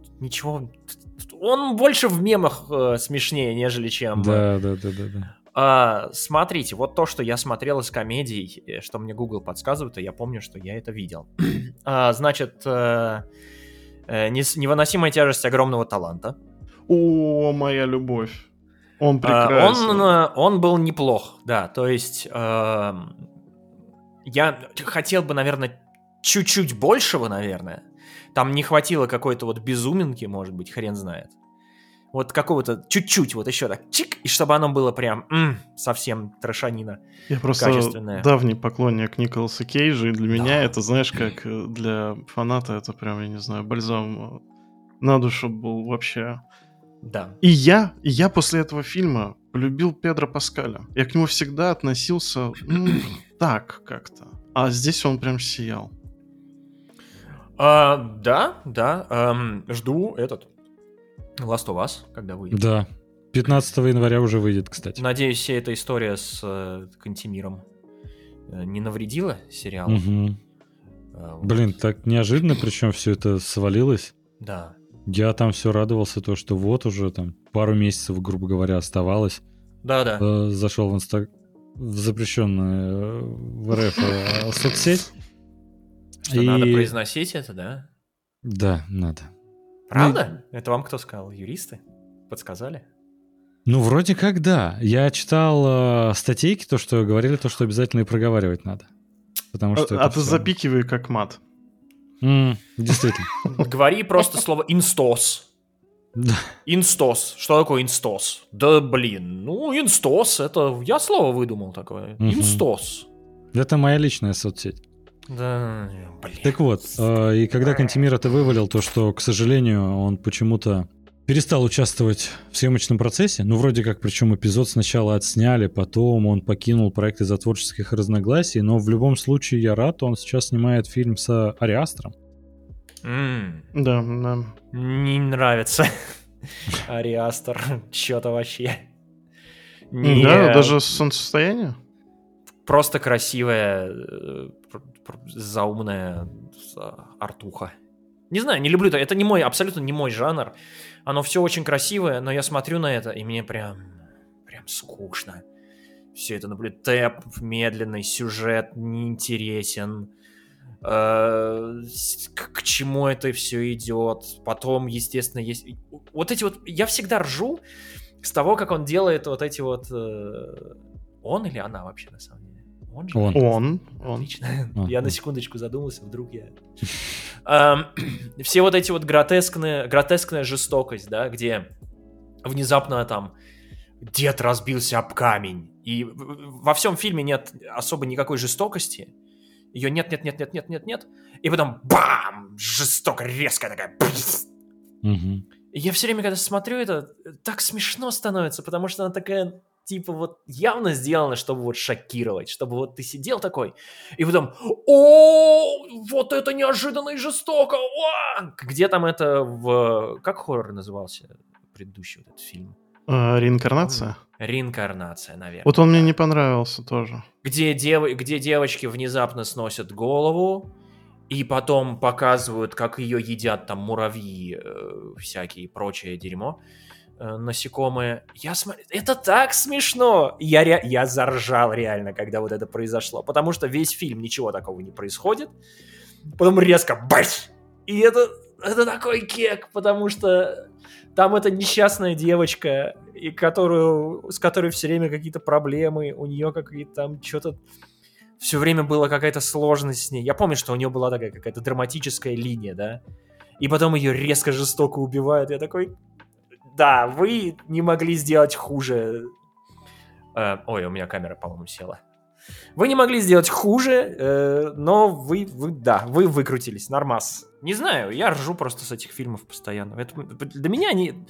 Он больше в мемах смешнее, нежели чем... Да. Смотрите, вот то, что я смотрел из комедий, что мне Google подсказывает, и я помню, что я это видел. Значит, «Невыносимая тяжесть огромного таланта». О, моя любовь. Он прекрасен. Он был неплох, да. То есть я хотел бы, наверное, чуть-чуть большего, наверное. Там не хватило какой-то вот безуминки, может быть, хрен знает. Вот какого-то чуть-чуть, вот еще так, чик, и чтобы оно было прям совсем трошанина. Я просто давний поклонник Николаса Кейджа, и для меня это, знаешь, как для фаната, это прям, я не знаю, бальзам на душу был вообще. Да. И я после этого фильма полюбил Педро Паскаля. Я к нему всегда относился так как-то. А здесь он прям сиял. Да. Жду Last of Us, когда выйдет. Да. 15 января уже выйдет, кстати. Надеюсь, вся эта история с Кантемиром не навредила сериалу. Блин, так неожиданно, причем все это свалилось. Да. Я там все радовался, то, что вот уже там пару месяцев, грубо говоря, оставалось. Да. Зашел в запрещенную в РФ соцсеть. Что надо произносить это, да? Да, надо. Правда? Это вам кто сказал? Юристы? Подсказали? Ну, вроде как да. Я читал статейки, то, что говорили, то, что обязательно и проговаривать надо. Потому что ты запикивай как мат. Действительно. Говори просто слово «инстос». Инстос. Что такое инстос? Да блин, инстос, это я слово выдумал такое. Инстос. Это моя личная соцсеть. Да, блин. Так вот, и когда Кантемир это вывалил, то, что, к сожалению, он почему-то перестал участвовать в съемочном процессе, вроде как, причем эпизод сначала отсняли, потом он покинул проект из-за творческих разногласий, но в любом случае я рад, он сейчас снимает фильм с Ари Астером. Да. Не нравится Ари Астер, чё-то вообще. Да, даже солнцестояние? Просто красивая, заумная артуха. Не знаю, не люблю это. Это абсолютно не мой жанр. Оно все очень красивое, но я смотрю на это, и мне прям скучно. Все это темп медленный, сюжет неинтересен. К чему это все идет? Потом, естественно, есть... Вот эти вот... Я всегда ржу, с того, как он делает вот эти вот... Он или она вообще, на самом деле? Он же? Он. Отлично. Я на секундочку задумался, вдруг я... Все вот эти вот гротескная жестокость, да, где внезапно там дед разбился об камень, и во всем фильме нет особо никакой жестокости, ее нет, и потом бам! Жестоко, резко такая... И я все время, когда смотрю это, так смешно становится, потому что она такая... типа вот явно сделано, чтобы вот шокировать, чтобы вот ты сидел такой, и потом, вот это неожиданно и жестоко, где там это как хоррор назывался предыдущий вот этот фильм? Реинкарнация? Реинкарнация, наверное. Вот он мне не понравился тоже. Где девочки внезапно сносят голову, и потом показывают, как ее едят там муравьи, всякие прочее дерьмо. Насекомые. Я смотрю, это так смешно. Я заржал реально, когда вот это произошло. Потому что весь фильм ничего такого не происходит. Потом резко бач! И это такой кек, потому что там эта несчастная девочка, с которой все время какие-то проблемы, у нее какие-то там что-то... Все время была какая-то сложность с ней. Я помню, что у нее была такая какая-то драматическая линия, да? И потом ее резко жестоко убивают. Я такой... Да, вы не могли сделать хуже. Ой, у меня камера, по-моему, села. Вы не могли сделать хуже, но вы выкрутились. Нормас. Не знаю, я ржу просто с этих фильмов постоянно. Для меня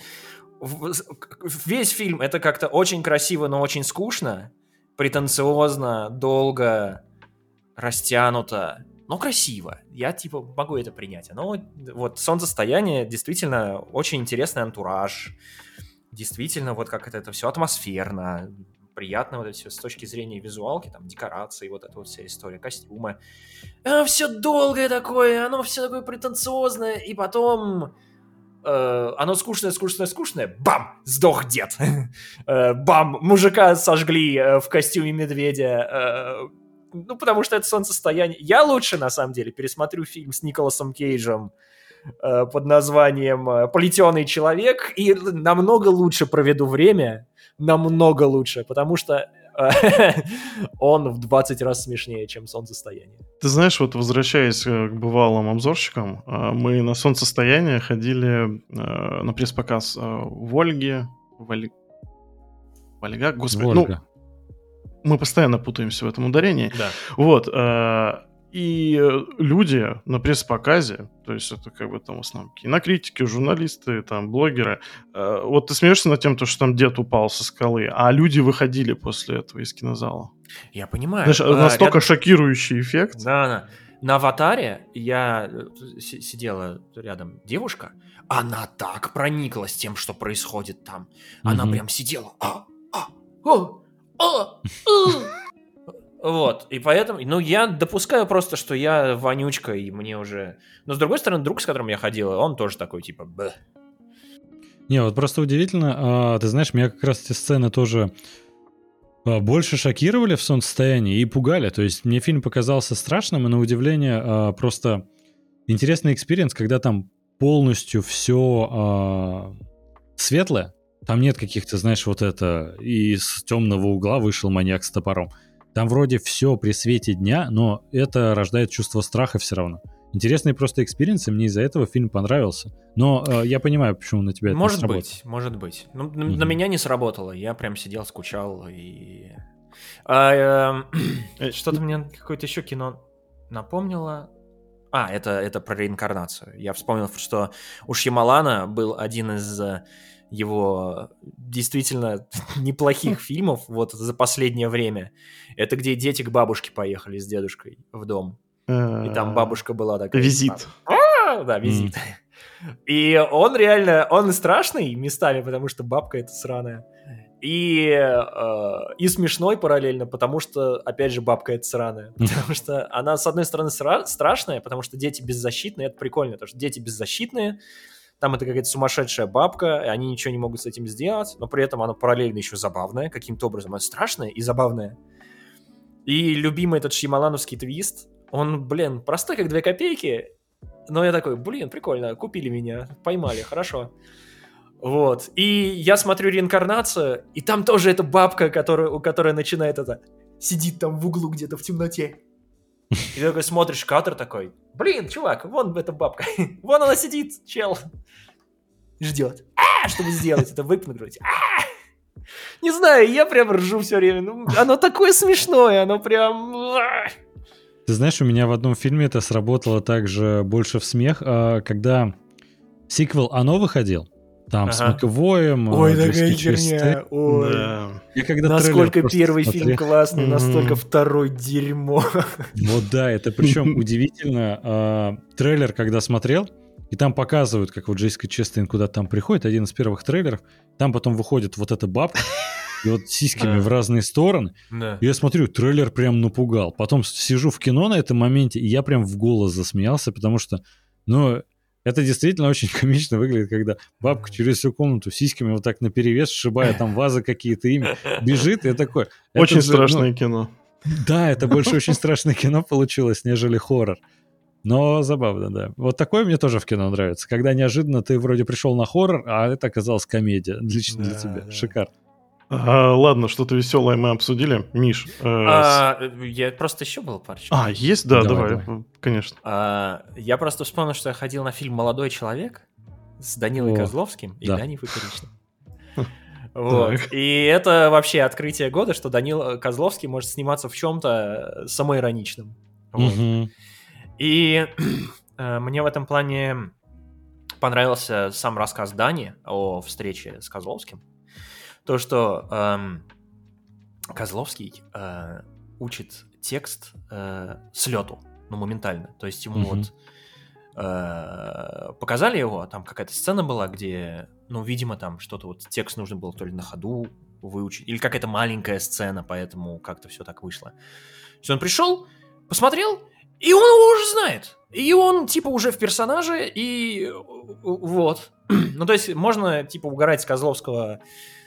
весь фильм это как-то очень красиво, но очень скучно. Претенциозно, долго, растянуто. Но красиво. Я, типа, могу это принять. Но вот «Солнцестояние» действительно очень интересный антураж. Действительно, вот как это все атмосферно. Приятно вот это все с точки зрения визуалки, там, декорации, вот эта вот вся история, костюмы. Все долгое такое, оно все такое претенциозное. И потом... оно скучное. Бам! Сдох дед. Бам! Мужика сожгли в костюме медведя. Ну, потому что это «Солнцестояние». Я лучше, на самом деле, пересмотрю фильм с Николасом Кейджем под названием «Плетеный человек» и намного лучше проведу время, намного лучше, потому что он в 20 раз смешнее, чем «Солнцестояние». Ты знаешь, вот возвращаясь к бывалым обзорщикам, мы на «Солнцестояние» ходили на пресс-показ Вольги, Вольга, господи, Вольга. Мы постоянно путаемся в этом ударении. Да. Вот. И люди на пресс-показе, то есть это как бы там в основном кинокритики, журналисты, там, блогеры, вот ты смеешься над тем, что там дед упал со скалы, а люди выходили после этого из кинозала. Я понимаю. Знаешь, настолько шокирующий эффект. Да. На «Аватаре» сидела рядом девушка, она так прониклась тем, что происходит там. Она прям сидела. Вот, и поэтому, я допускаю просто, что я вонючка, и мне уже... Но, с другой стороны, друг, с которым я ходил, он тоже такой, типа, бэ. Не, вот просто удивительно, ты знаешь, меня как раз эти сцены тоже больше шокировали в «Солнцестоянии» и пугали. То есть мне фильм показался страшным, и на удивление просто интересный экспириенс, когда там полностью все светлое. Там нет каких-то, знаешь, вот это, и из темного угла вышел маньяк с топором. Там вроде все при свете дня, но это рождает чувство страха все равно. Интересный просто экспириенс, и мне из-за этого фильм понравился. Но я понимаю, почему на тебя это не сработало. Может быть. Ну, на меня не сработало. Я прям сидел, скучал, и... Что-то мне какое-то еще кино напомнило. Это про реинкарнацию. Я вспомнил, что у Шьямалана был один из... его действительно неплохих фильмов вот за последнее время. Это где дети к бабушке поехали с дедушкой в дом. И там бабушка была такая... Визит. Да, визит. И он реально... Он страшный местами, потому что бабка эта сраная. И смешной параллельно, потому что, опять же, бабка эта сраная. Потому что она, с одной стороны, страшная, потому что дети беззащитные. Это прикольно, потому что дети беззащитные. Там это какая-то сумасшедшая бабка, и они ничего не могут с этим сделать, но при этом она параллельно еще забавная, каким-то образом. Она страшная и забавная. И любимый этот шьямалановский твист, он, простой, как 2 копейки, но я такой, прикольно, купили меня, поймали, хорошо. Вот. И я смотрю «Реинкарнацию», и там тоже эта бабка, которая начинает сидит там в углу где-то в темноте. И ты такой смотришь кадр такой, блин, чувак, вон эта бабка. Вон она сидит, чел. Ждет. Чтобы сделать это, выпрыгнуть. Не знаю, я прям ржу все время. Ну, оно такое смешное, оно прям... Ты знаешь, у меня в одном фильме это сработало также больше в смех, когда сиквел «Оно» выходил, там с Маковоем, ой, такая херня. Ой. Да. Я когда насколько первый смотрел... фильм классный, настолько второй дерьмо. Вот да, это причем удивительно. Трейлер, когда смотрел, и там показывают, как вот Джессика Честейн куда-то там приходит, один из первых трейлеров, там потом выходит вот эта бабка, и вот сиськами в разные стороны. И я смотрю, трейлер прям напугал. Потом сижу в кино на этом моменте, и я прям в голос засмеялся, потому что, ну, это действительно очень комично выглядит, когда бабка через всю комнату сиськами вот так наперевес, сшибая там вазы какие-то ими, бежит, и я такой... Очень страшное кино. Да, это больше очень страшное кино получилось, нежели хоррор. Но забавно, да. Вот такое мне тоже в кино нравится. Когда неожиданно ты вроде пришел на хоррор, а это оказалась комедия. Лично для тебя. Шикарно. Ладно, что-то веселое мы обсудили. Миш. Я просто еще был парочку. Есть? Да, давай. Конечно. Я просто вспомнил, что я ходил на фильм «Молодой человек» с Данилой Козловским и Даней Выпоричным. Вот. И это вообще открытие года, что Данил Козловский может сниматься в чем-то самоироничном. Вот. И мне в этом плане понравился сам рассказ Дани о встрече с Козловским. То, что Козловский учит текст с лету, ну, моментально. То есть ему вот показали его, там какая-то сцена была, где, ну, видимо, там что-то вот текст нужно было то ли на ходу выучить, или какая-то маленькая сцена, поэтому как-то все так вышло. То есть он пришел, посмотрел, и он его уже знает. И он, типа, уже в персонаже, и вот. Ну, то есть можно, типа, угорать с Козловского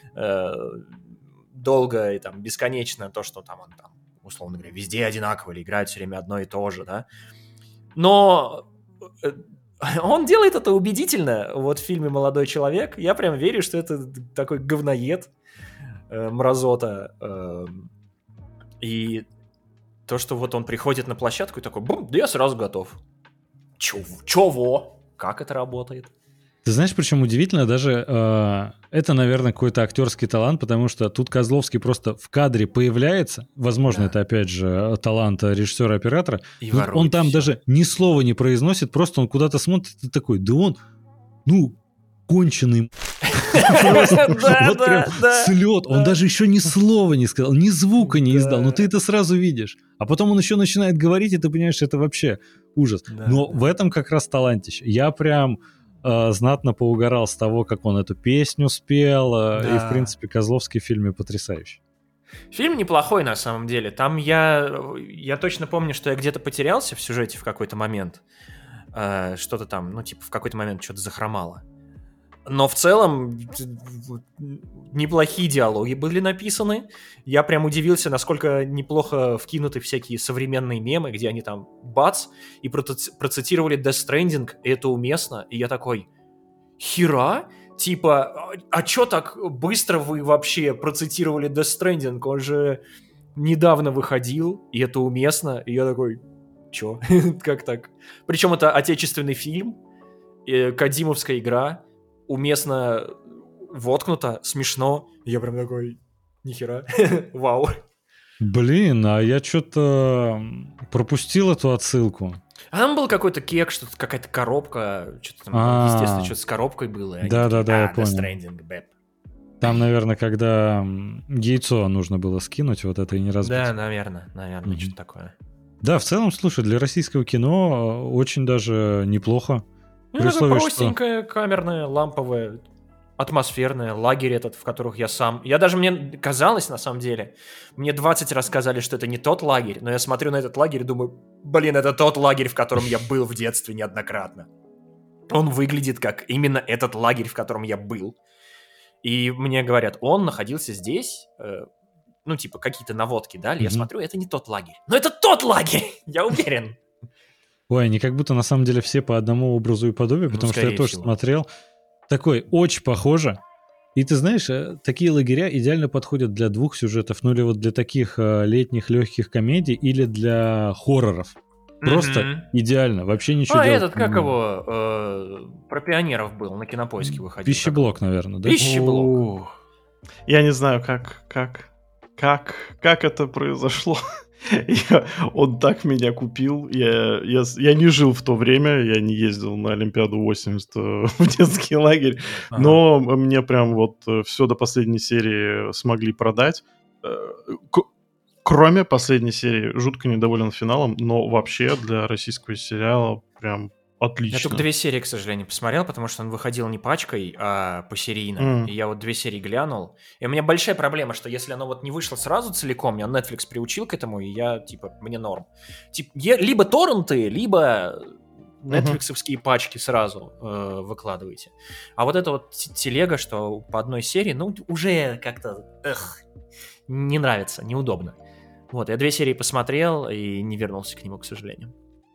долго и там бесконечно, то, что там он там, условно говоря, везде одинаково или играет все время одно и то же, да. Но он делает это убедительно. Вот в фильме «Молодой человек» я прям верю, что это такой говноед, мразота. И то, что вот он приходит на площадку и такой, бум, да я сразу готов. Чего? Как это работает? Ты знаешь, причем удивительно, даже это, наверное, какой-то актерский талант, потому что тут Козловский просто в кадре появляется, возможно, это, опять же, талант режиссера-оператора, он там даже ни слова не произносит, просто он куда-то смотрит и такой, да он, ну, конченый. Вот прям слет, он даже еще ни слова не сказал, ни звука не издал, но ты это сразу видишь. А потом он еще начинает говорить, и ты понимаешь, это вообще ужас. Но в этом как раз талантище. Я прям... знатно поугарал с того, как он эту песню спел, и, в принципе, Козловский в фильме потрясающий. Фильм неплохой, на самом деле. Там я точно помню, что я где-то потерялся в сюжете в какой-то момент. Что-то там, ну, типа, в какой-то момент что-то захромало. Но в целом неплохие диалоги были написаны. Я прям удивился, насколько неплохо вкинуты всякие современные мемы, где они там бац, и процитировали Death Stranding, и это уместно. И я такой, хера? Типа, а чё так быстро вы вообще процитировали Death Stranding? Он же недавно выходил, и это уместно. И я такой, чё? Как так? Причем это отечественный фильм, кодзимовская игра, уместно воткнуто, смешно. Я прям такой, нихера, вау. Блин, а я что-то пропустил эту отсылку. А там был какой-то кек, что-то, какая-то коробка, что-то там, естественно, что-то с коробкой было. Да-да-да, я понял. Stranding, бэп. Там, наверное, когда яйцо нужно было скинуть, вот это и не разбить. Да, наверное, что-то такое. Да, в целом, слушай, для российского кино очень даже неплохо. Ну, это простенькое, камерное, ламповое, атмосферное, лагерь этот, в которых я сам... Мне казалось, на самом деле, мне 20 раз сказали, что это не тот лагерь, но я смотрю на этот лагерь и думаю, блин, это тот лагерь, в котором я был в детстве неоднократно. Он выглядит как именно этот лагерь, в котором я был. И мне говорят, он находился здесь, ну, типа, какие-то наводки дали, я смотрю, это не тот лагерь. Но это тот лагерь, я уверен. Ой, они как будто на самом деле все по одному образу и подобию, потому что я тоже смотрел. такой очень похоже. И ты знаешь, такие лагеря идеально подходят для двух сюжетов, ну или вот для таких летних легких комедий или для хорроров. Просто идеально, вообще ничего делать этот, не как надо. его, про пионеров был, на Кинопоиске выходил. Пищеблок, наверное, да? Пищеблок. Я не знаю, как это произошло. Он так меня купил. Я не жил в то время, я не ездил на Олимпиаду 80 в детский лагерь, но мне прям вот все до последней серии смогли продать. Кроме последней серии, жутко недоволен финалом, но вообще для российского сериала прям отлично. Я только 2 серии, к сожалению, посмотрел, потому что он выходил не пачкой, а посерийно. И я вот 2 серии глянул. И у меня большая проблема, что если оно вот не вышло сразу целиком, меня Netflix приучил к этому, и я, типа, мне норм. Типа, либо торренты, либо нетфликсовские пачки сразу выкладываете. А вот это вот телега, что по одной серии, ну, уже как-то не нравится, неудобно. Вот, я 2 серии посмотрел и не вернулся к нему, к сожалению.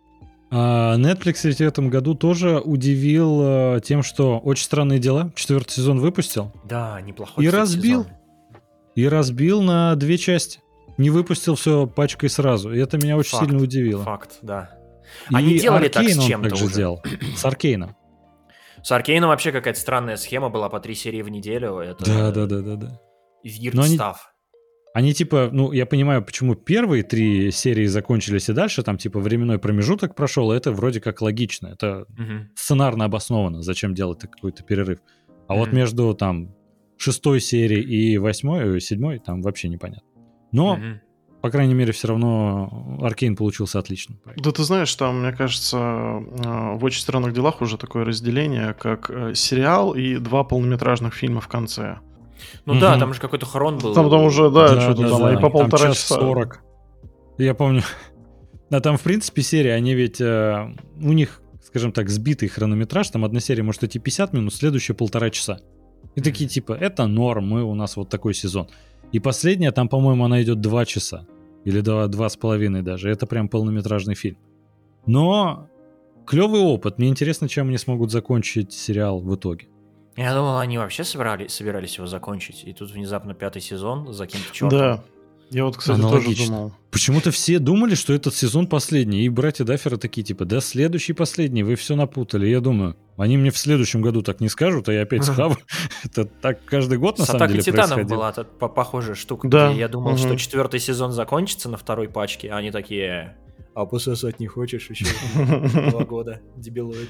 Netflix ведь в этом году тоже удивил тем, что «Очень странные дела» 4-й сезон выпустил. Да, неплохой сезон. И разбил на 2 части. Не выпустил все пачкой сразу. И это меня очень сильно удивило. Факт, да. И они делали Аркейн так с он чем-то также уже. делал. С Аркейном. С Аркейном вообще какая-то странная схема была, по 3 серии в неделю. Это Да. weird Но stuff. Они типа, ну, я понимаю, почему первые 3 серии закончились и дальше там типа временной промежуток прошел, это вроде как логично, это сценарно обосновано, зачем делать какой-то перерыв. А вот между там 6-й серией и 8-й, 7-й там вообще непонятно. Но, по крайней мере, все равно Аркейн получился отличным. Да ты знаешь, там, мне кажется, в «Очень странных делах» уже такое разделение, как сериал и 2 полнометражных фильма в конце. Ну да, там же какой-то хрон был. Там уже, что-то там и по 1,5 часа. 40. Я помню. А там, в принципе, серии, они ведь... у них, скажем так, сбитый хронометраж. Там одна серия может идти 50 минут, следующая 1,5 часа. И такие типа, это норм, у нас вот такой сезон. И последняя, там, по-моему, она идет 2 часа. Или 2,5 даже. Это прям полнометражный фильм. Но клевый опыт. Мне интересно, чем они смогут закончить сериал в итоге. Я думал, они вообще собирались его закончить, и тут внезапно 5-й сезон за каким-то чертом. Да, я вот, кстати, тоже думал. Почему-то все думали, что этот сезон последний, и братья Дафферы такие, типа, да, следующий последний, вы все напутали. Я думаю, они мне в следующем году так не скажут, а я опять схаваю. Это так каждый год, на самом деле, происходило. С «Атакой Титанов» была похожая штука, да. где я думал, что 4-й сезон закончится на 2-й пачке, а они такие, а пососать не хочешь еще 2 года, дебилоид.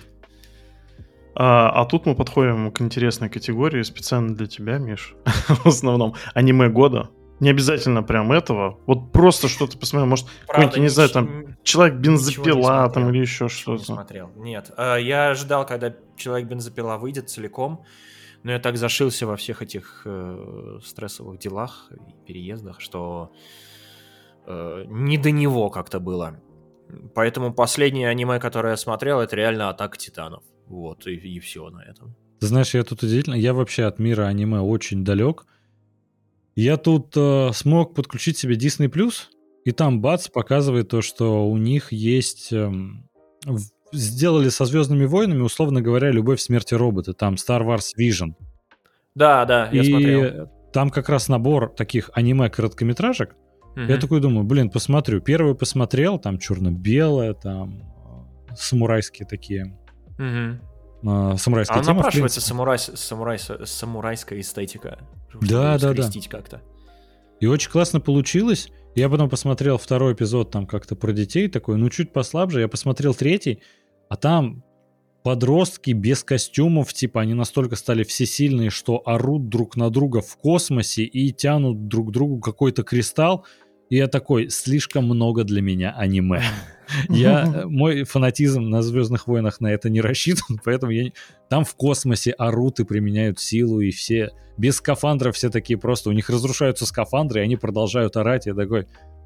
А тут мы подходим к интересной категории, специально для тебя, Миш, в основном, аниме года. Не обязательно прям этого, вот просто что-то посмотрел, может, какой-нибудь, не знаю, там, Человек-бензопила там или еще что-то. Не смотрел, нет. Я ждал, когда Человек-бензопила выйдет целиком, но я так зашился во всех этих стрессовых делах и переездах, что не до него как-то было. Поэтому последнее аниме, которое я смотрел, это реально «Атака Титанов». Вот, и все на этом. Ты знаешь, я тут удивительно, я вообще от мира аниме очень далек. Я тут смог подключить себе Disney+, и там бац, показывает то, что у них есть... сделали со «Звездными войнами», условно говоря, «Любовь, смерть и роботы». Там Star Wars Vision. Да, я смотрел. И там как раз набор таких аниме-короткометражек. Я такой думаю, посмотрю. Первый посмотрел, там черно-белое, там самурайские такие... самурайская тема, напрашивается самурайская эстетика. Да. Как-то. И очень классно получилось. Я потом посмотрел 2-й эпизод там как-то про детей, такой, чуть послабже. Я посмотрел 3-й, а там подростки без костюмов, типа они настолько стали всесильные, что орут друг на друга в космосе и тянут друг к другу какой-то кристалл. И я такой, слишком много для меня аниме. Мой фанатизм на «Звездных войнах» на это не рассчитан, поэтому там в космосе орут и применяют силу, и все без скафандров все такие просто, у них разрушаются скафандры, и они продолжают орать. Я такой,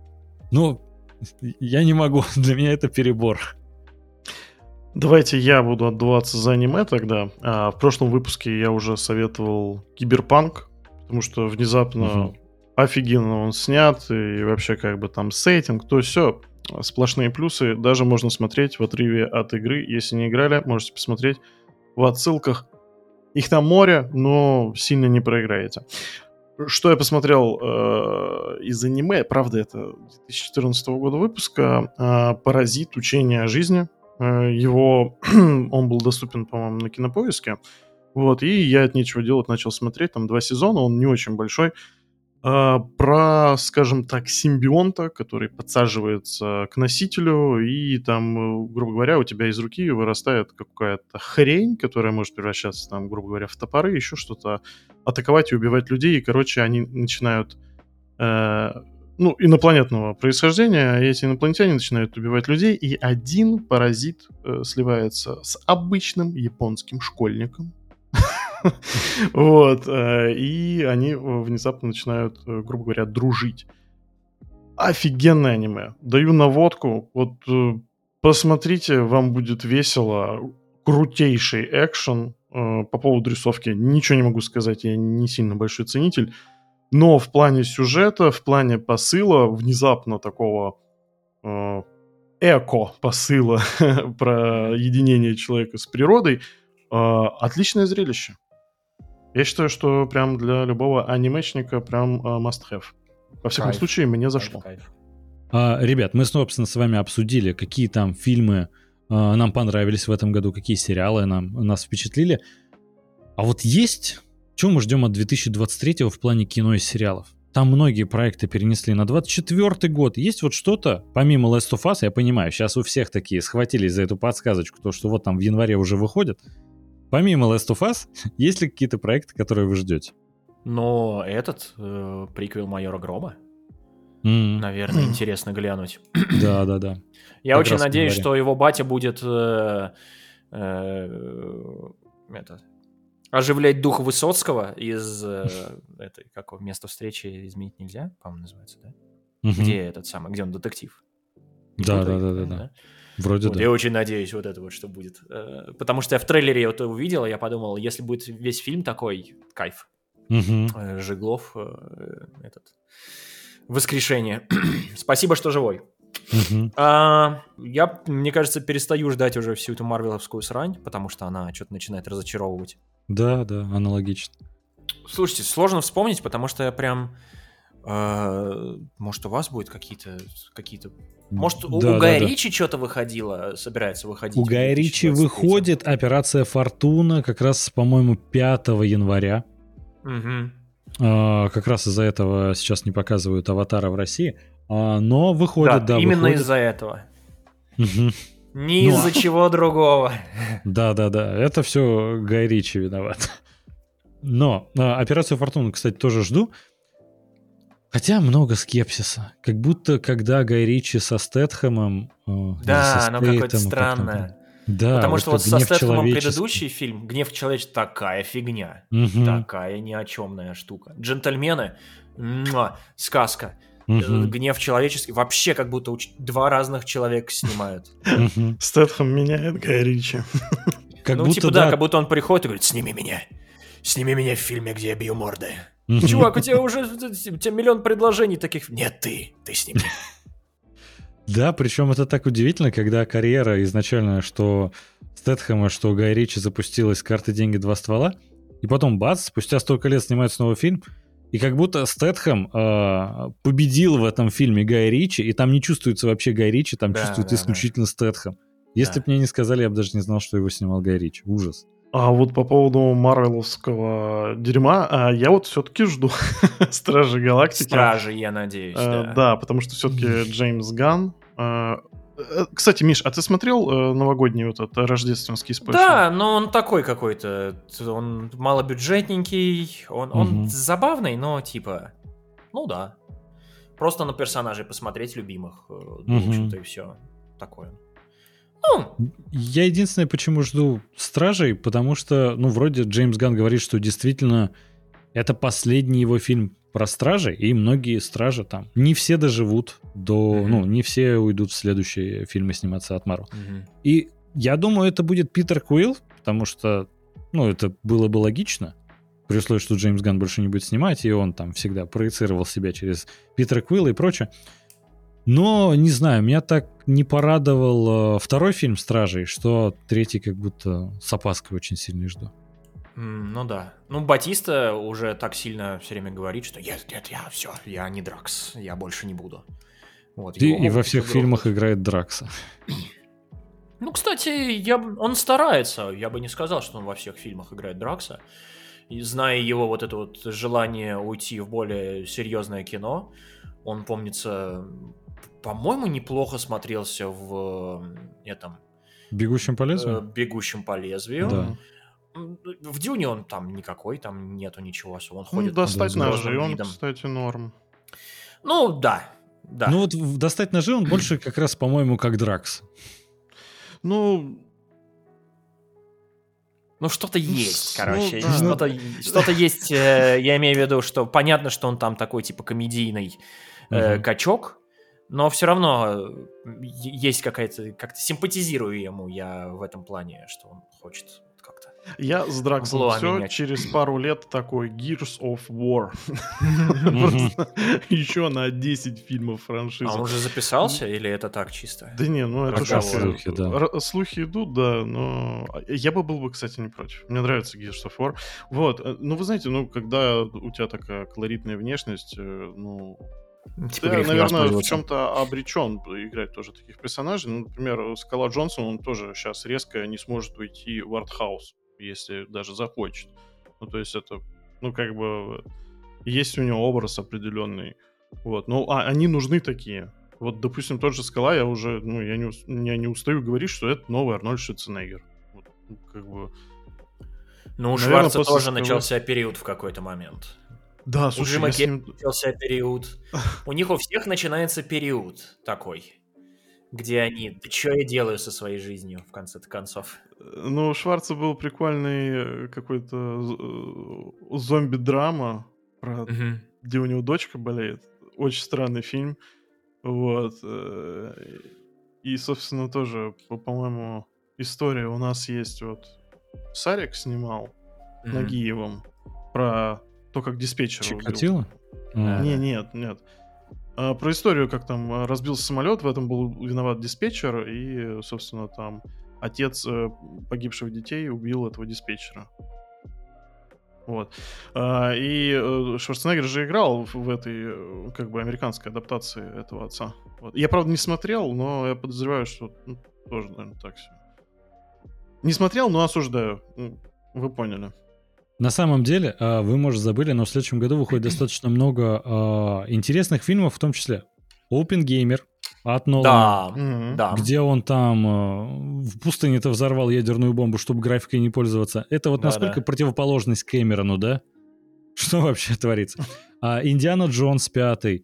я не могу, для меня это перебор. Давайте я буду отдуваться за аниме тогда. В прошлом выпуске я уже советовал Киберпанк, потому что внезапно офигенно он снят, и вообще как бы там сеттинг, то все, сплошные плюсы. Даже можно смотреть в отрыве от игры. Если не играли, можете посмотреть в отсылках. Их там море, но сильно не проиграете. Что я посмотрел из аниме, правда, это 2014 года выпуска, «Паразит. Учение о жизни». Его, он был доступен, по-моему, на Кинопоиске. Вот, и я от нечего делать начал смотреть. Там 2 сезона, он не очень большой. Про, скажем так, симбионта, который подсаживается к носителю, и там, грубо говоря, у тебя из руки вырастает какая-то хрень, которая может превращаться, там, грубо говоря, в топоры, еще что-то, атаковать и убивать людей. И, короче, они начинают, инопланетного происхождения, и эти инопланетяне начинают убивать людей, и один паразит сливается с обычным японским школьником. Вот, и они внезапно начинают, грубо говоря, дружить. Офигенное аниме. Даю наводку. Вот посмотрите, вам будет весело. Крутейший экшен. По поводу рисовки ничего не могу сказать, я не сильно большой ценитель. Но в плане сюжета, в плане посыла, внезапно такого эко-посыла про единение человека с природой, отличное зрелище. Я считаю, что прям для любого анимешника прям must have. Во всяком случае, мне зашло. Ребят, мы, собственно, с вами обсудили, какие там фильмы нам понравились в этом году, какие сериалы нас впечатлили. А вот есть... Чего мы ждем от 2023 в плане кино и сериалов? Там многие проекты перенесли на 2024 год. Есть вот что-то, помимо Last of Us, я понимаю, сейчас у всех такие схватились за эту подсказочку, то, что вот там в январе уже выходит. Помимо Last of Us, есть ли какие-то проекты, которые вы ждете? Но этот приквел «Майора Грома», наверное, интересно глянуть. Да. Я очень надеюсь, что его батя будет оживлять дух Высоцкого из этой, как место встречи изменить нельзя, по-моему, называется, да? Где этот самый, где он детектив? Да. Вроде вот, да. Я очень надеюсь, вот это вот что будет. Потому что я в трейлере это увидел, я подумал, если будет весь фильм такой, кайф. Жиглов, воскрешение. Спасибо, что живой. Я, мне кажется, перестаю ждать уже всю эту марвеловскую срань, потому что она что-то начинает разочаровывать. Да, аналогично. Слушайте, сложно вспомнить, потому что я прям... может, у вас будет какие-то... Может, у Гая Ричи что-то выходило, собирается выходить? У Гая Ричи выходит «Операция Фортуна» как раз, по-моему, 5 января. Как раз из-за этого сейчас не показывают «Аватара» в России. Но выходит, да, именно выходит. Из-за этого. Не из-за чего другого. Да. Это все Гай Ричи виноват. Но «Операцию Фортуну», кстати, тоже жду. Хотя много скепсиса. Как будто, когда Гай Ричи со Стэтхэмом... Да, оно какое-то странное. Да, потому вот что вот со Стэтхэмом предыдущий фильм «Гнев человеческий» такая фигня. Такая ни о чемная штука. «Джентльмены» сказка. «Гнев человеческий» вообще как будто 2 разных человека снимают. Стэтхэм меняет Гая Ричи. Как будто он приходит и говорит: сними меня в фильме, где я бью морды. Чувак, у тебя уже миллион предложений таких. Нет, ты сними. Да, причем это так удивительно, когда карьера изначально, что Стэтхэма, что Гая Ричи запустилась с карты «Деньги, 2 ствола», и потом бац, спустя столько лет снимают снова фильм, и как будто Стэтхэм победил в этом фильме Гая Ричи, и там не чувствуется вообще Гай Ричи, там чувствует исключительно Стэтхэм. Если бы мне не сказали, я бы даже не знал, что его снимал Гай Ричи. Ужас. А вот по поводу марвеловского дерьма, я вот все-таки жду Стражи Галактики. Стражи, я надеюсь, да. Да, потому что все-таки Джеймс Ганн. Кстати, Миш, а ты смотрел новогодний вот этот рождественский спешл? Да, но он такой какой-то. Он малобюджетненький, он забавный, но типа, ну да. Просто на персонажей посмотреть любимых, в общем-то, и все такое. Я единственное, почему жду «Стражей», потому что, вроде Джеймс Ганн говорит, что действительно это последний его фильм про стражи, и многие стражи там. Не все доживут до... не все уйдут в следующие фильмы сниматься от Марвел. И я думаю, это будет Питер Куилл, потому что, это было бы логично, при условии, что Джеймс Ганн больше не будет снимать, и он там всегда проецировал себя через Питера Куилла и прочее. Но, не знаю, меня так не порадовал второй фильм «Стражей», что третий как будто с опаской очень сильно жду. Ну да. Ну, Батиста уже так сильно все время говорит, что нет, я не Дракс, я больше не буду. Вот, его И во могут всех еще фильмах грохнуть. играет Дракса. Ну, кстати, он старается. Я бы не сказал, что он во всех фильмах играет Дракса. И зная его вот это вот желание уйти в более серьезное кино, он, помнится, по-моему, неплохо смотрелся в этом «Бегущим по лезвию»? «Бегущем по лезвию». Да. В «Дюне» он там никакой, там нету ничего особо. Он Ну, ходит достать да, ножи, грозным он, видом. кстати, норм. Ну, да. Ну вот в «Достать ножи» он больше как раз, по-моему, как Дракс. Ну, Ну, что-то есть, ну, короче. да. Что-то есть, я имею в виду, что понятно, что он там такой, типа, комедийный Мгм. качок, но все равно есть какая-то... Как-то симпатизирую ему я в этом плане, что он хочет как-то Я с Драксом зло все, менять. через пару лет такой Gears of War. Мгм. Еще на 10 фильмов А он франшизы. уже записался или это так чисто? Да не, ну это Пока как слухи, да. слухи идут, да, но я был бы, кстати, не против. Мне нравится Gears of War. Вот, ну вы знаете, ну когда у тебя такая колоритная внешность, ну Типа ты, грех не наверное, в воспользоваться. чем-то обречен играть тоже таких персонажей. Ну, например, Скала Джонсон, он тоже сейчас резко не сможет уйти в артхаус, если даже захочет. Ну, то есть это, ну, как бы, есть у него образ определенный. Вот, ну, они нужны такие. Вот, допустим, тот же Скала, я уже, ну, я не устаю говорить, что это новый Арнольд Шварценеггер. Вот, ну, как бы... Ну, у Наверное, Шварца после тоже Скалы- начался период в какой-то момент. Да, У слушай, Джима я с Керри ним... начался период. У них у всех начинается период такой, где они, да что я делаю со своей жизнью, в конце-то концов. Ну, у Шварца был прикольный какой-то зомби-драма, Мгм. где у него дочка болеет. Очень странный фильм. Вот. И, собственно, тоже, по-моему, история у нас есть. Вот Сарик снимал Мгм. Нагиевым про то, как диспетчера убил. Чикатило? Да. Нет. Про историю, как там разбился самолет, в этом был виноват диспетчер, и, собственно, там отец погибших детей убил этого диспетчера. Вот. И Шварценеггер же играл в этой, как бы, американской адаптации этого отца. Вот. Я, правда, не смотрел, но я подозреваю, что тоже, наверное, так все. Не смотрел, но осуждаю. Вы поняли. На самом деле, вы, может, забыли, но в следующем году выходит достаточно много интересных фильмов, в том числе «Оппенгеймер» от Нолана, Да. где он там в пустыне-то взорвал ядерную бомбу, чтобы графикой не пользоваться. Это вот Да, насколько да. противоположность Кэмерону, да? Что вообще творится? «Индиана Джонс» 5.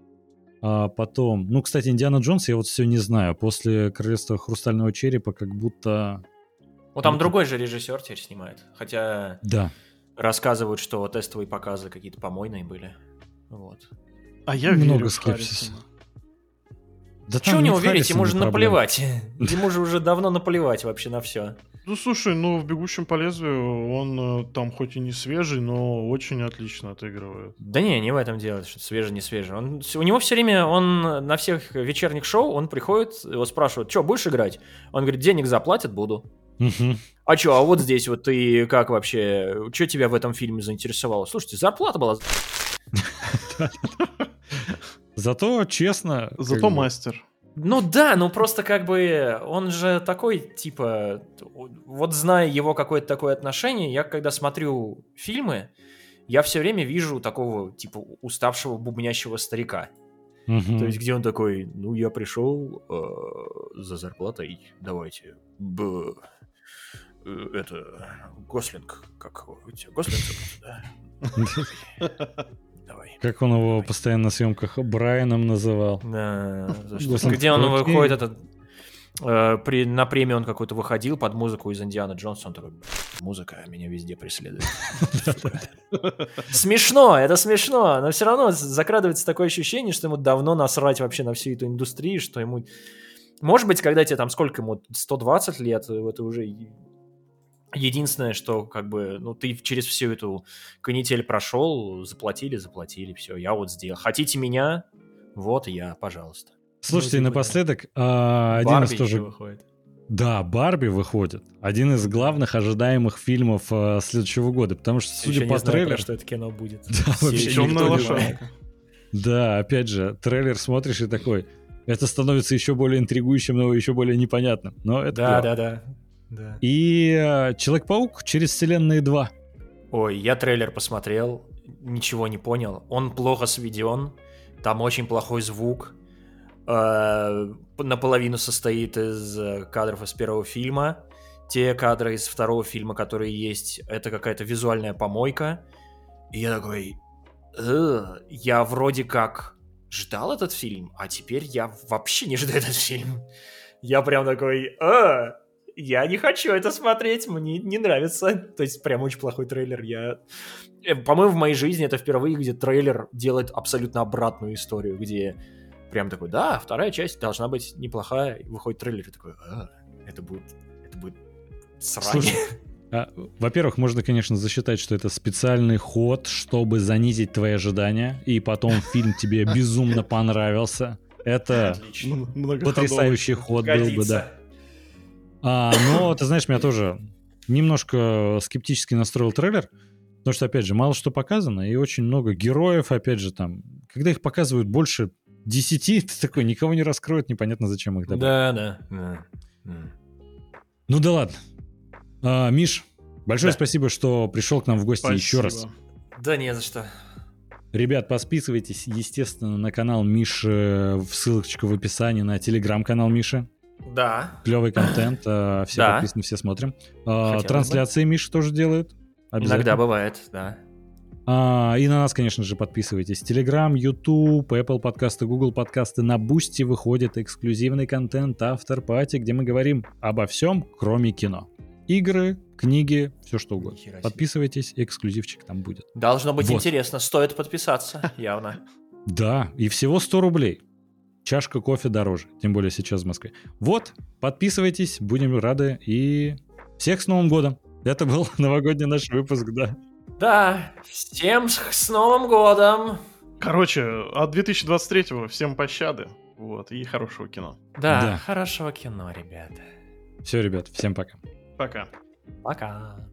Потом, ну, кстати, «Индиана Джонс» я вот все не знаю. После «Королевства хрустального черепа» как будто... Ну, там другой же режиссер теперь снимает. Хотя Да. рассказывают, что тестовые показы какие-то помойные были. Вот. А я Много верю в скепсиса. Харрисона. Да Чего там у не него в верить? Ему Харрисоне же проблема. наплевать. Ему же уже давно наплевать вообще на все. Ну, слушай, ну, в «Бегущем по лезвию» он там хоть и не свежий, но очень отлично отыгрывает. Да не в этом дело, что свежий, не свежий. У него все время, он на всех вечерних шоу, он приходит, его спрашивают, что, будешь играть? Он говорит, денег заплатят, буду. Мгм. А что, а вот здесь вот ты как вообще, что тебя в этом фильме заинтересовало? Слушайте, зарплата была... Зато честно... Зато как бы, мастер. Ну да, ну просто как бы он же такой, типа, вот зная его какое-то такое отношение, я когда смотрю фильмы, я все время вижу такого, типа, уставшего бубнящего старика. мгм. То есть где он такой, ну я пришел за зарплатой, давайте, это, Гослинг, как его, Гослинг зовут, да? Давай. Как он его постоянно на съемках Брайаном называл. Да, Гослинг, где он окей. выходит, этот, на премию он какой-то выходил под музыку из Индиана Джонса, он такой, музыка меня везде преследует. Смешно, это смешно, но все равно закрадывается такое ощущение, что ему давно насрать вообще на всю эту индустрию, что ему... Может быть, когда тебе там, сколько ему, 120 лет, это уже... Единственное, что как бы, ну, ты через всю эту канитель прошел, заплатили, все, я вот сделал. Хотите меня? Вот я, пожалуйста. Слушайте, Ну, и типа, напоследок, один из Барби тоже... еще выходит. Да, «Барби» выходит. Один из главных ожидаемых фильмов следующего года, потому что, судя Еще по не знаю, трейлеру... про что это кино будет. Да, Все вообще еще Темная никто не знает. лошадка. Да, опять же, трейлер смотришь и такой... Это становится еще более интригующим, но еще более непонятным. Но это клево. Да. И «Человек-паук через вселенные 2». Ой, я трейлер посмотрел, ничего не понял. Он плохо сведен, там очень плохой звук. Наполовину состоит из кадров из первого фильма. Те кадры из второго фильма, которые есть, это какая-то визуальная помойка. И я такой... Я вроде как ждал этот фильм, а теперь я вообще не жду этот фильм. Я прям такой... Я не хочу это смотреть, мне не нравится. То есть прям очень плохой трейлер. По-моему, в моей жизни это впервые, где трейлер делает абсолютно обратную историю, где прям такой, да, вторая часть должна быть неплохая, и выходит трейлер, и такой, это будет срань. Слушай, во-первых, можно, конечно, засчитать, что это специальный ход, чтобы занизить твои ожидания, и потом фильм тебе безумно понравился. Это Отлично. потрясающий ход был бы, да. Но, ты знаешь, меня тоже немножко скептически настроил трейлер, потому что, опять же, мало что показано, и очень много героев, опять же, там, когда их показывают больше 10, ты такой, никого не раскроют, непонятно, зачем их добавить. Да. Ну да ладно. Миш, большое спасибо, что пришел к нам в гости еще раз. Да не за что. Ребят, подписывайтесь, естественно, на канал Миши, ссылочка в описании, на телеграм-канал Миши. Да. Клевый контент, все подписаны, все смотрим. Трансляции Миша тоже делают. Иногда бывает, да. И на нас, конечно же, подписывайтесь. Telegram, YouTube, Apple подкасты, Google подкасты. На Boosty выходит эксклюзивный контент After Party, где мы говорим обо всем, кроме кино. Игры, книги, все что угодно. Подписывайтесь, эксклюзивчик там будет. Должно быть интересно, стоит подписаться, явно. Да, и всего 100 рублей. Чашка кофе дороже, тем более сейчас в Москве. Вот, подписывайтесь, будем рады. И всех с Новым годом. Это был новогодний наш выпуск, да. Да, всем с Новым годом! Короче, от 2023-го всем пощады, вот, и хорошего кино. Да, хорошего кино, ребята. Все, ребят, всем пока. Пока. Пока.